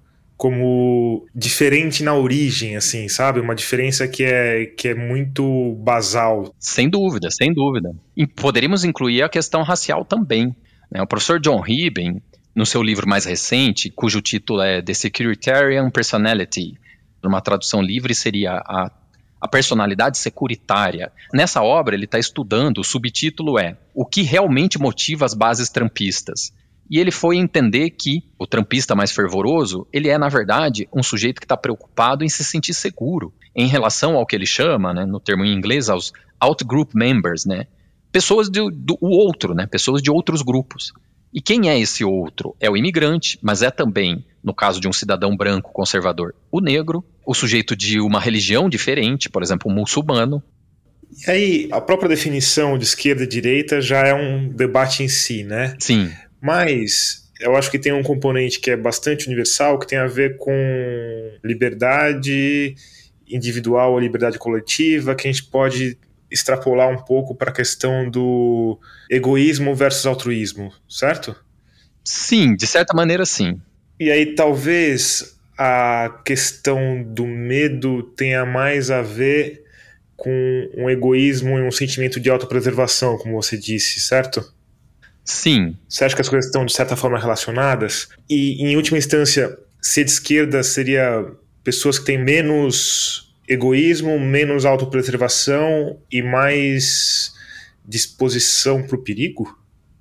como diferente na origem, assim, sabe? Uma diferença que é, que é muito basal. Sem dúvida, sem dúvida. E poderíamos incluir a questão racial também, né? O professor John Ribben, no seu livro mais recente, cujo título é The Securitarian Personality, numa tradução livre seria a, a personalidade securitária. Nessa obra ele está estudando, o subtítulo é O que realmente motiva as bases trumpistas? E ele foi entender que o trumpista mais fervoroso, ele é, na verdade, um sujeito que está preocupado em se sentir seguro em relação ao que ele chama, né, no termo em inglês, aos out-group members, né, pessoas do, do o outro, né, pessoas de outros grupos. E quem é esse outro? É o imigrante, mas é também, no caso de um cidadão branco conservador, o negro, o sujeito de uma religião diferente, por exemplo, um muçulmano. E aí, a própria definição de esquerda e direita já é um debate em si, né? Sim. Mas eu acho que tem um componente que é bastante universal, que tem a ver com liberdade individual ou liberdade coletiva, que a gente pode extrapolar um pouco para a questão do egoísmo versus altruísmo, certo? Sim, de certa maneira sim. E aí talvez a questão do medo tenha mais a ver com um egoísmo e um sentimento de autopreservação, como você disse, certo? Sim. Você acha que as coisas estão, de certa forma, relacionadas? E, em última instância, ser de esquerda seria pessoas que têm menos egoísmo, menos autopreservação e mais disposição para o perigo?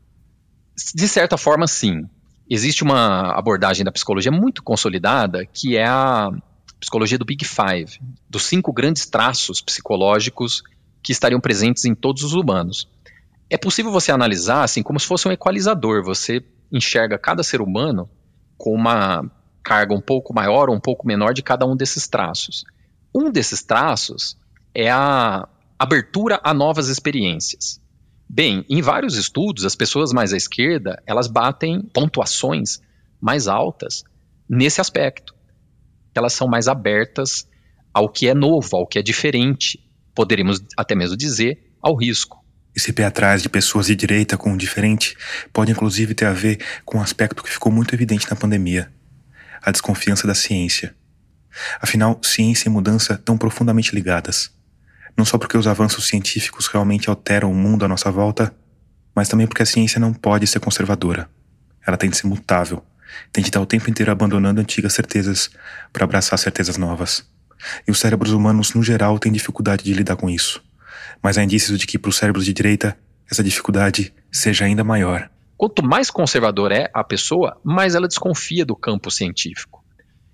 De certa forma, sim. Existe uma abordagem da psicologia muito consolidada, que é a psicologia do Big Five, dos cinco grandes traços psicológicos que estariam presentes em todos os humanos. É possível você analisar assim como se fosse um equalizador. Você enxerga cada ser humano com uma carga um pouco maior ou um pouco menor de cada um desses traços. Um desses traços é a abertura a novas experiências. Bem, em vários estudos, as pessoas mais à esquerda, elas batem pontuações mais altas nesse aspecto. Elas são mais abertas ao que é novo, ao que é diferente. Poderíamos até mesmo dizer ao risco. Esse pé atrás de pessoas de direita com o diferente pode inclusive ter a ver com um aspecto que ficou muito evidente na pandemia: a desconfiança da ciência. Afinal, ciência e mudança estão profundamente ligadas. Não só porque os avanços científicos realmente alteram o mundo à nossa volta, mas também porque a ciência não pode ser conservadora. Ela tem de ser mutável, tem de estar o tempo inteiro abandonando antigas certezas para abraçar certezas novas. E os cérebros humanos, no geral, têm dificuldade de lidar com isso. Mas há indícios de que, para os cérebros de direita, essa dificuldade seja ainda maior. Quanto mais conservadora é a pessoa, mais ela desconfia do campo científico.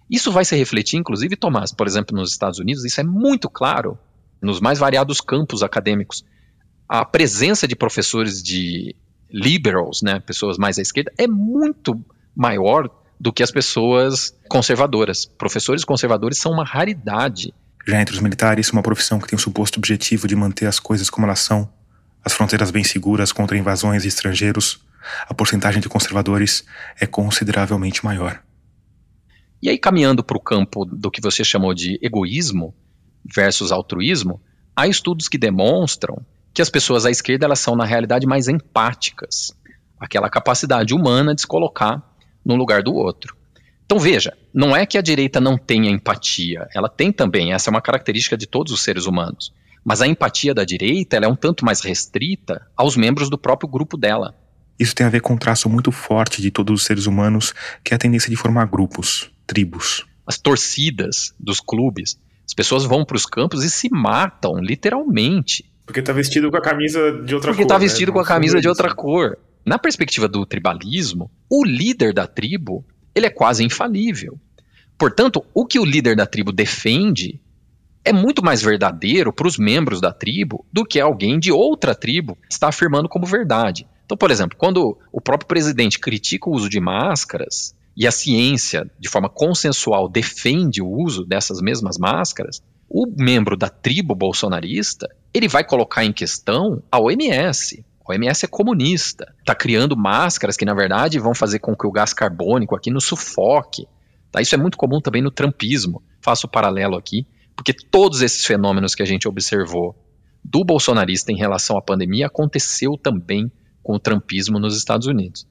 Isso vai se refletir, inclusive, Tomás, por exemplo, nos Estados Unidos, isso é muito claro nos mais variados campos acadêmicos. A presença de professores de liberals, né, pessoas mais à esquerda, é muito maior do que as pessoas conservadoras. Professores conservadores são uma raridade. Já entre os militares, uma profissão que tem o suposto objetivo de manter as coisas como elas são, as fronteiras bem seguras contra invasões de estrangeiros, a porcentagem de conservadores é consideravelmente maior. E aí, caminhando para o campo do que você chamou de egoísmo versus altruísmo, há estudos que demonstram que as pessoas à esquerda elas são, na realidade, mais empáticas. Aquela capacidade humana de se colocar no lugar do outro. Então veja, não é que a direita não tenha empatia, ela tem também, essa é uma característica de todos os seres humanos. Mas a empatia da direita ela é um tanto mais restrita aos membros do próprio grupo dela. Isso tem a ver com um traço muito forte de todos os seres humanos, que é a tendência de formar grupos, tribos. As torcidas dos clubes, as pessoas vão para os campos e se matam, literalmente. Porque tá vestido com a camisa de outra Porque cor. tá vestido né? com a camisa de outra cor. Na perspectiva do tribalismo, o líder da tribo, ele é quase infalível. Portanto, o que o líder da tribo defende é muito mais verdadeiro para os membros da tribo do que alguém de outra tribo está afirmando como verdade. Então, por exemplo, quando o próprio presidente critica o uso de máscaras e a ciência, de forma consensual, defende o uso dessas mesmas máscaras, o membro da tribo bolsonarista, ele vai colocar em questão a O M S. A O M S é comunista, está criando máscaras que, na verdade, vão fazer com que o gás carbônico aqui nos sufoque. Tá? Isso é muito comum também no trumpismo. Faço o paralelo aqui, porque todos esses fenômenos que a gente observou do bolsonarista em relação à pandemia aconteceu também com o trumpismo nos Estados Unidos.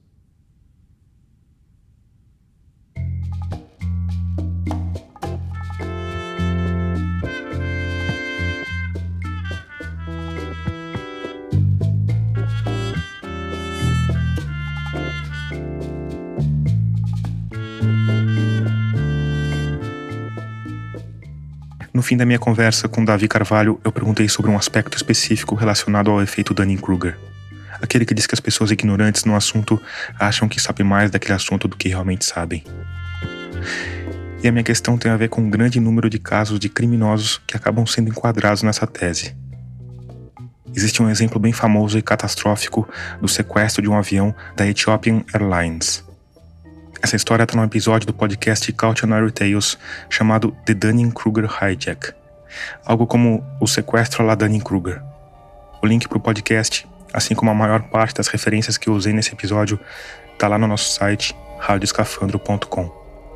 No fim da minha conversa com Davi Carvalho, eu perguntei sobre um aspecto específico relacionado ao efeito Dunning-Kruger. Aquele que diz que as pessoas ignorantes no assunto acham que sabem mais daquele assunto do que realmente sabem. E a minha questão tem a ver com um grande número de casos de criminosos que acabam sendo enquadrados nessa tese. Existe um exemplo bem famoso e catastrófico do sequestro de um avião da Ethiopian Airlines. Essa história está num episódio do podcast Cautionary Tales chamado The Dunning-Kruger Hijack, algo como o sequestro à la Dunning-Kruger. O link para o podcast, assim como a maior parte das referências que eu usei nesse episódio, está lá no nosso site rádio escafandro ponto com.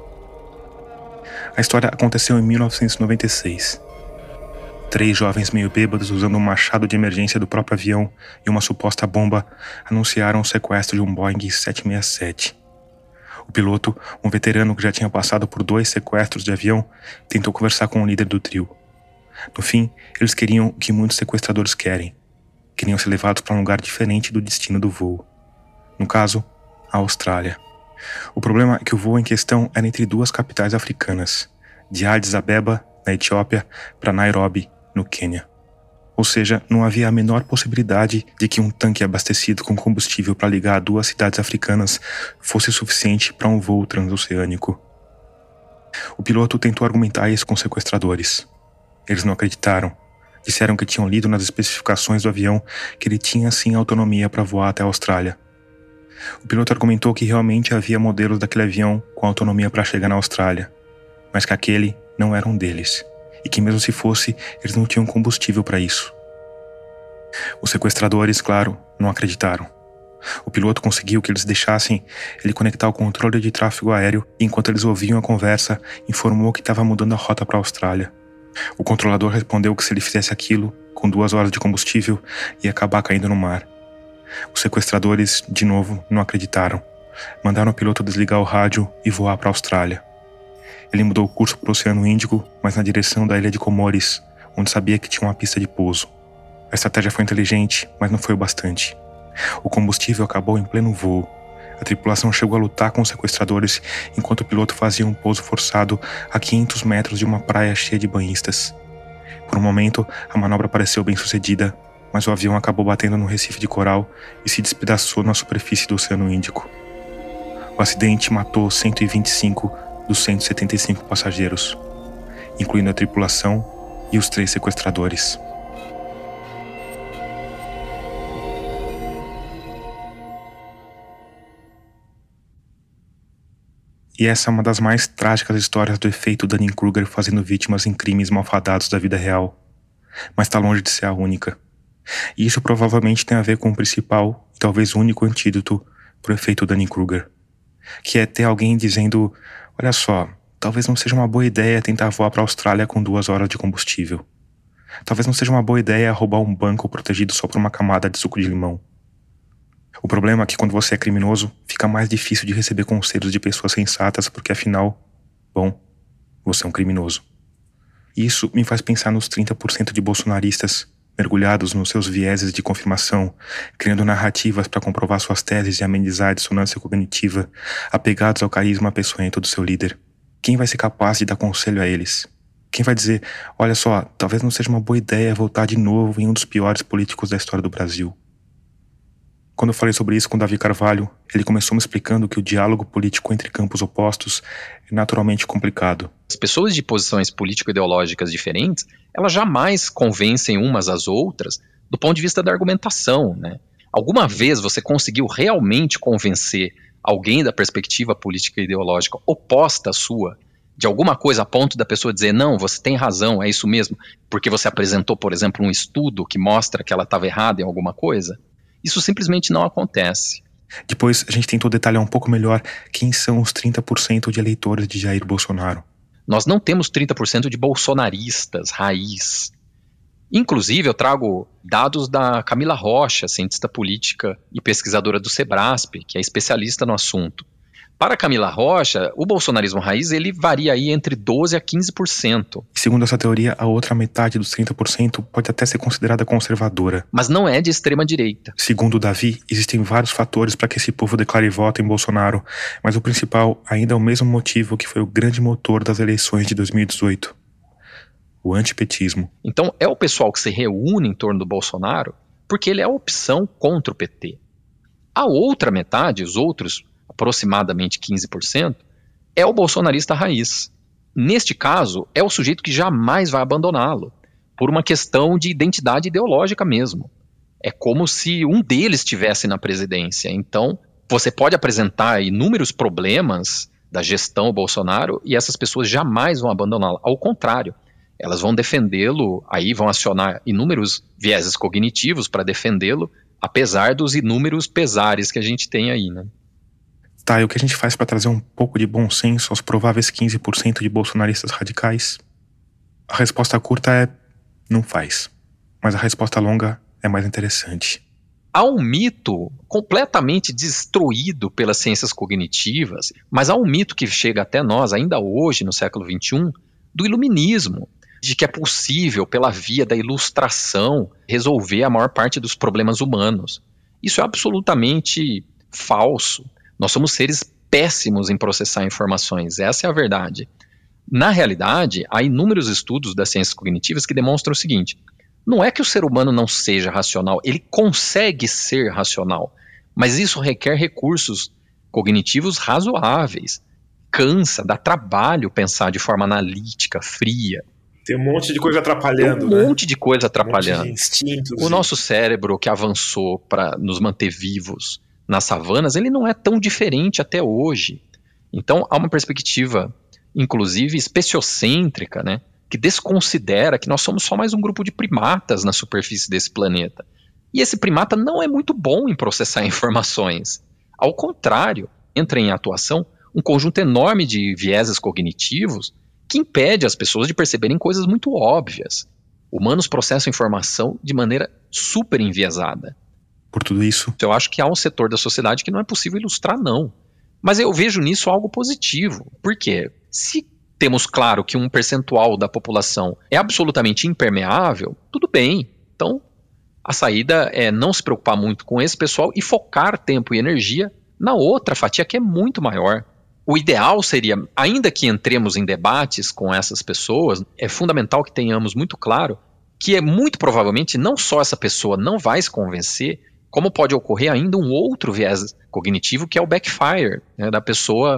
A história aconteceu em mil novecentos e noventa e seis. Três jovens meio bêbados usando um machado de emergência do próprio avião e uma suposta bomba anunciaram o sequestro de um Boeing sete sessenta e sete. O piloto, um veterano que já tinha passado por dois sequestros de avião, tentou conversar com o líder do trio. No fim, eles queriam o que muitos sequestradores querem. Queriam ser levados para um lugar diferente do destino do voo. No caso, a Austrália. O problema é que o voo em questão era entre duas capitais africanas, de Addis Abeba, na Etiópia, para Nairobi, no Quênia. Ou seja, não havia a menor possibilidade de que um tanque abastecido com combustível para ligar a duas cidades africanas fosse suficiente para um voo transoceânico. O piloto tentou argumentar isso com os sequestradores. Eles não acreditaram. Disseram que tinham lido nas especificações do avião que ele tinha sim autonomia para voar até a Austrália. O piloto argumentou que realmente havia modelos daquele avião com autonomia para chegar na Austrália, mas que aquele não era um deles. E que mesmo se fosse, eles não tinham combustível para isso. Os sequestradores, claro, não acreditaram. O piloto conseguiu que eles deixassem ele conectar o controle de tráfego aéreo e, enquanto eles ouviam a conversa, informou que estava mudando a rota para a Austrália. O controlador respondeu que se ele fizesse aquilo, com duas horas de combustível, ia acabar caindo no mar. Os sequestradores, de novo, não acreditaram. Mandaram o piloto desligar o rádio e voar para a Austrália. Ele mudou o curso para o Oceano Índico, mas na direção da ilha de Comores, onde sabia que tinha uma pista de pouso. A estratégia foi inteligente, mas não foi o bastante. O combustível acabou em pleno voo. A tripulação chegou a lutar com os sequestradores, enquanto o piloto fazia um pouso forçado a quinhentos metros de uma praia cheia de banhistas. Por um momento, a manobra pareceu bem sucedida, mas o avião acabou batendo no recife de coral e se despedaçou na superfície do Oceano Índico. O acidente matou cento e vinte e cinco dos cento e setenta e cinco passageiros, incluindo a tripulação e os três sequestradores. E essa é uma das mais trágicas histórias do efeito Dunning-Kruger fazendo vítimas em crimes malfadados da vida real, mas está longe de ser a única. E isso provavelmente tem a ver com o principal e talvez único antídoto para o efeito Dunning-Kruger, que é ter alguém dizendo: olha só, talvez não seja uma boa ideia tentar voar para a Austrália com duas horas de combustível. Talvez não seja uma boa ideia roubar um banco protegido só por uma camada de suco de limão. O problema é que quando você é criminoso, fica mais difícil de receber conselhos de pessoas sensatas, porque afinal, bom, você é um criminoso. Isso me faz pensar nos trinta por cento de bolsonaristas mergulhados nos seus vieses de confirmação, criando narrativas para comprovar suas teses de amenizar a dissonância cognitiva, apegados ao carisma peçonhento do seu líder. Quem vai ser capaz de dar conselho a eles? Quem vai dizer: olha só, talvez não seja uma boa ideia voltar de novo em um dos piores políticos da história do Brasil? Quando eu falei sobre isso com Davi Carvalho, ele começou me explicando que o diálogo político entre campos opostos é naturalmente complicado. As pessoas de posições político-ideológicas diferentes, elas jamais convencem umas às outras do ponto de vista da argumentação, né? Alguma vez você conseguiu realmente convencer alguém da perspectiva política e ideológica oposta à sua de alguma coisa a ponto da pessoa dizer: não, você tem razão, é isso mesmo, porque você apresentou, por exemplo, um estudo que mostra que ela estava errada em alguma coisa? Isso simplesmente não acontece. Depois a gente tentou detalhar um pouco melhor quem são os trinta por cento de eleitores de Jair Bolsonaro. Nós não temos trinta por cento de bolsonaristas, raiz. Inclusive, eu trago dados da Camila Rocha, cientista política e pesquisadora do Sebrasp, que é especialista no assunto. Para Camila Rocha, o bolsonarismo raiz ele varia aí entre doze a quinze por cento. Segundo essa teoria, a outra metade dos trinta por cento pode até ser considerada conservadora. Mas não é de extrema direita. Segundo o Davi, existem vários fatores para que esse povo declare voto em Bolsonaro, mas o principal ainda é o mesmo motivo que foi o grande motor das eleições de dois mil e dezoito. O antipetismo. Então é o pessoal que se reúne em torno do Bolsonaro porque ele é a opção contra o P T. A outra metade, os outros aproximadamente quinze por cento, é o bolsonarista raiz. Neste caso, é o sujeito que jamais vai abandoná-lo, por uma questão de identidade ideológica mesmo. É como se um deles estivesse na presidência. Então, você pode apresentar inúmeros problemas da gestão Bolsonaro e essas pessoas jamais vão abandoná-lo. Ao contrário, elas vão defendê-lo, aí vão acionar inúmeros vieses cognitivos para defendê-lo, apesar dos inúmeros pesares que a gente tem aí, né? Tá, e o que a gente faz para trazer um pouco de bom senso aos prováveis quinze por cento de bolsonaristas radicais? A resposta curta é: não faz. Mas a resposta longa é mais interessante. Há um mito completamente destruído pelas ciências cognitivas, mas há um mito que chega até nós, ainda hoje, no século vinte e um, do iluminismo, de que é possível, pela via da ilustração, resolver a maior parte dos problemas humanos. Isso é absolutamente falso. Nós somos seres péssimos em processar informações, essa é a verdade. Na realidade, há inúmeros estudos das ciências cognitivas que demonstram o seguinte: não é que o ser humano não seja racional, ele consegue ser racional, mas isso requer recursos cognitivos razoáveis. Cansa, dá trabalho pensar de forma analítica, fria. Tem um monte de coisa atrapalhando, Tem um né? monte de coisa atrapalhando. Um monte de instintos. O e... nosso cérebro que avançou para nos manter vivos nas savanas, ele não é tão diferente até hoje. Então há uma perspectiva, inclusive, especiocêntrica, né, que desconsidera que nós somos só mais um grupo de primatas na superfície desse planeta. E esse primata não é muito bom em processar informações. Ao contrário, entra em atuação um conjunto enorme de vieses cognitivos que impede as pessoas de perceberem coisas muito óbvias. Humanos processam informação de maneira super enviesada. Por tudo isso, eu acho que há um setor da sociedade que não é possível ilustrar, não. Mas eu vejo nisso algo positivo. Por quê? Se temos claro que um percentual da população é absolutamente impermeável, tudo bem. Então, a saída é não se preocupar muito com esse pessoal e focar tempo e energia na outra fatia que é muito maior. O ideal seria, ainda que entremos em debates com essas pessoas, é fundamental que tenhamos muito claro que é muito provavelmente não só essa pessoa não vai se convencer, como pode ocorrer ainda um outro viés cognitivo que é o backfire, né, da pessoa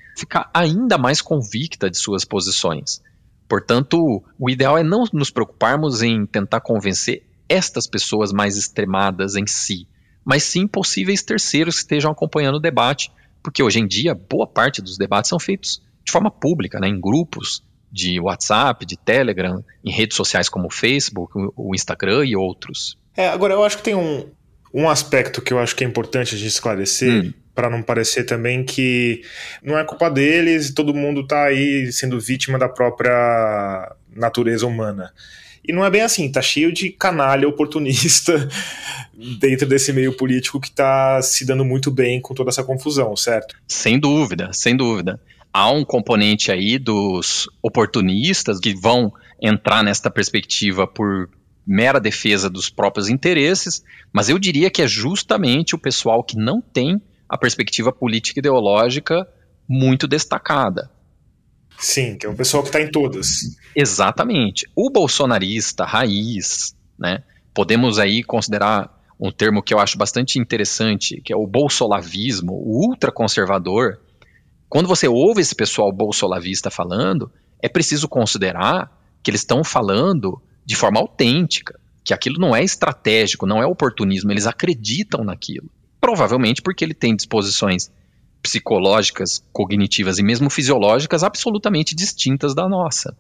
ficar ainda mais convicta de suas posições. Portanto, o ideal é não nos preocuparmos em tentar convencer estas pessoas mais extremadas em si, mas sim possíveis terceiros que estejam acompanhando o debate, porque hoje em dia boa parte dos debates são feitos de forma pública, né, em grupos de WhatsApp, de Telegram, em redes sociais como o Facebook, o Instagram e outros. É, agora eu acho que tem um, um aspecto que eu acho que é importante a gente esclarecer, hum. para não parecer também que não é culpa deles e todo mundo está aí sendo vítima da própria natureza humana. E não é bem assim, tá cheio de canalha oportunista dentro desse meio político que tá se dando muito bem com toda essa confusão, certo? Sem dúvida, sem dúvida. Há um componente aí dos oportunistas que vão entrar nesta perspectiva por mera defesa dos próprios interesses, mas eu diria que é justamente o pessoal que não tem a perspectiva política e ideológica muito destacada. Sim, que é o pessoal que está em todas. Exatamente. O bolsonarista raiz, né, podemos aí considerar um termo que eu acho bastante interessante, que é o bolsolavismo, o ultraconservador. Quando você ouve esse pessoal bolsolavista falando, é preciso considerar que eles estão falando de forma autêntica, que aquilo não é estratégico, não é oportunismo, eles acreditam naquilo. Provavelmente porque ele tem disposições psicológicas, cognitivas e mesmo fisiológicas absolutamente distintas da nossa.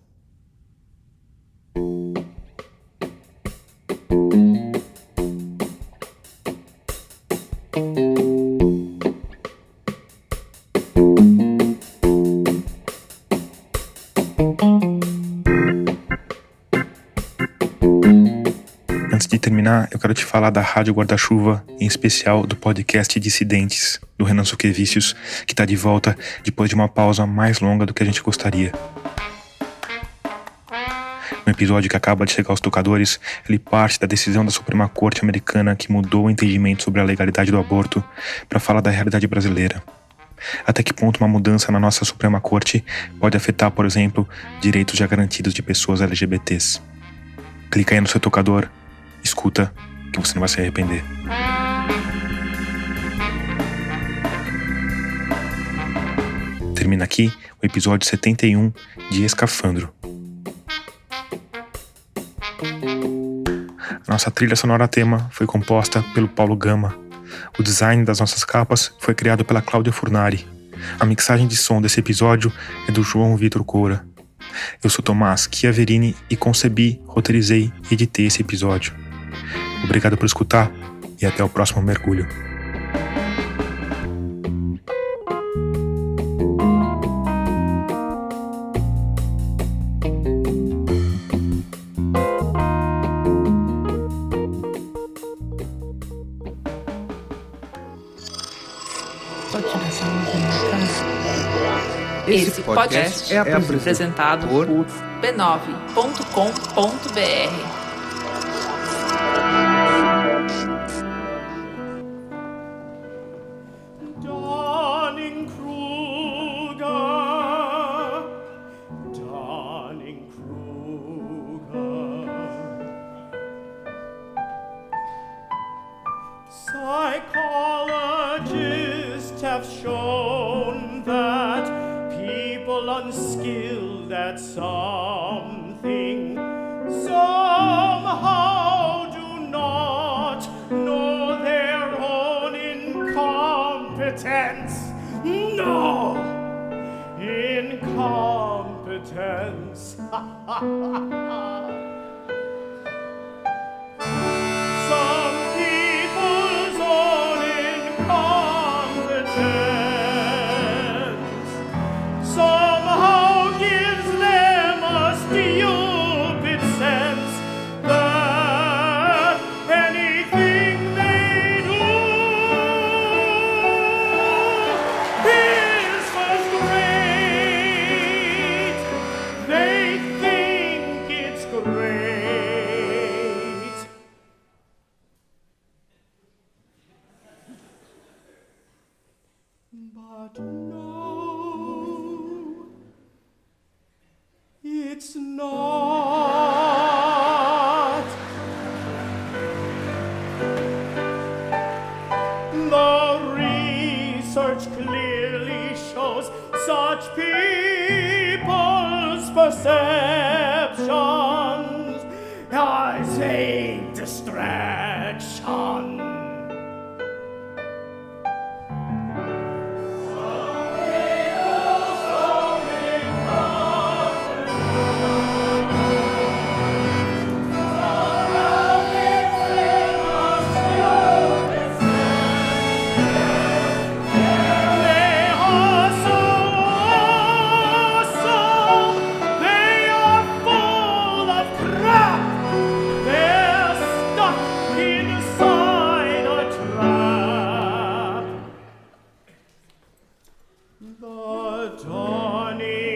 Antes de terminar, eu quero te falar da Rádio Guarda-Chuva, em especial do podcast Dissidentes, do Renan Suquevicius, que está de volta depois de uma pausa mais longa do que a gente gostaria. No episódio que acaba de chegar aos tocadores, ele parte da decisão da Suprema Corte Americana que mudou o entendimento sobre a legalidade do aborto para falar da realidade brasileira. Até que ponto uma mudança na nossa Suprema Corte pode afetar, por exemplo, direitos já garantidos de pessoas L G B Ts. Clica aí no seu tocador, escuta, que você não vai se arrepender. Termina aqui o episódio setenta e um de Escafandro. A nossa trilha sonora tema foi composta pelo Paulo Gama. O design das nossas capas foi criado pela Cláudia Furnari. A mixagem de som desse episódio é do João Vitor Coura. Eu sou Tomás Chiaverini e concebi, roteirizei e editei esse episódio. Obrigado por escutar e até o próximo mergulho. Esse podcast é apresentado por b nove ponto com ponto b r. Psychologists have shown that people unskilled at something somehow do not know their own incompetence. No! Incompetence. Some people's own incompetence somehow gives them a stupid sense that anything they do is first rate. They think it's great. people's perceptions as a distraction. The dawning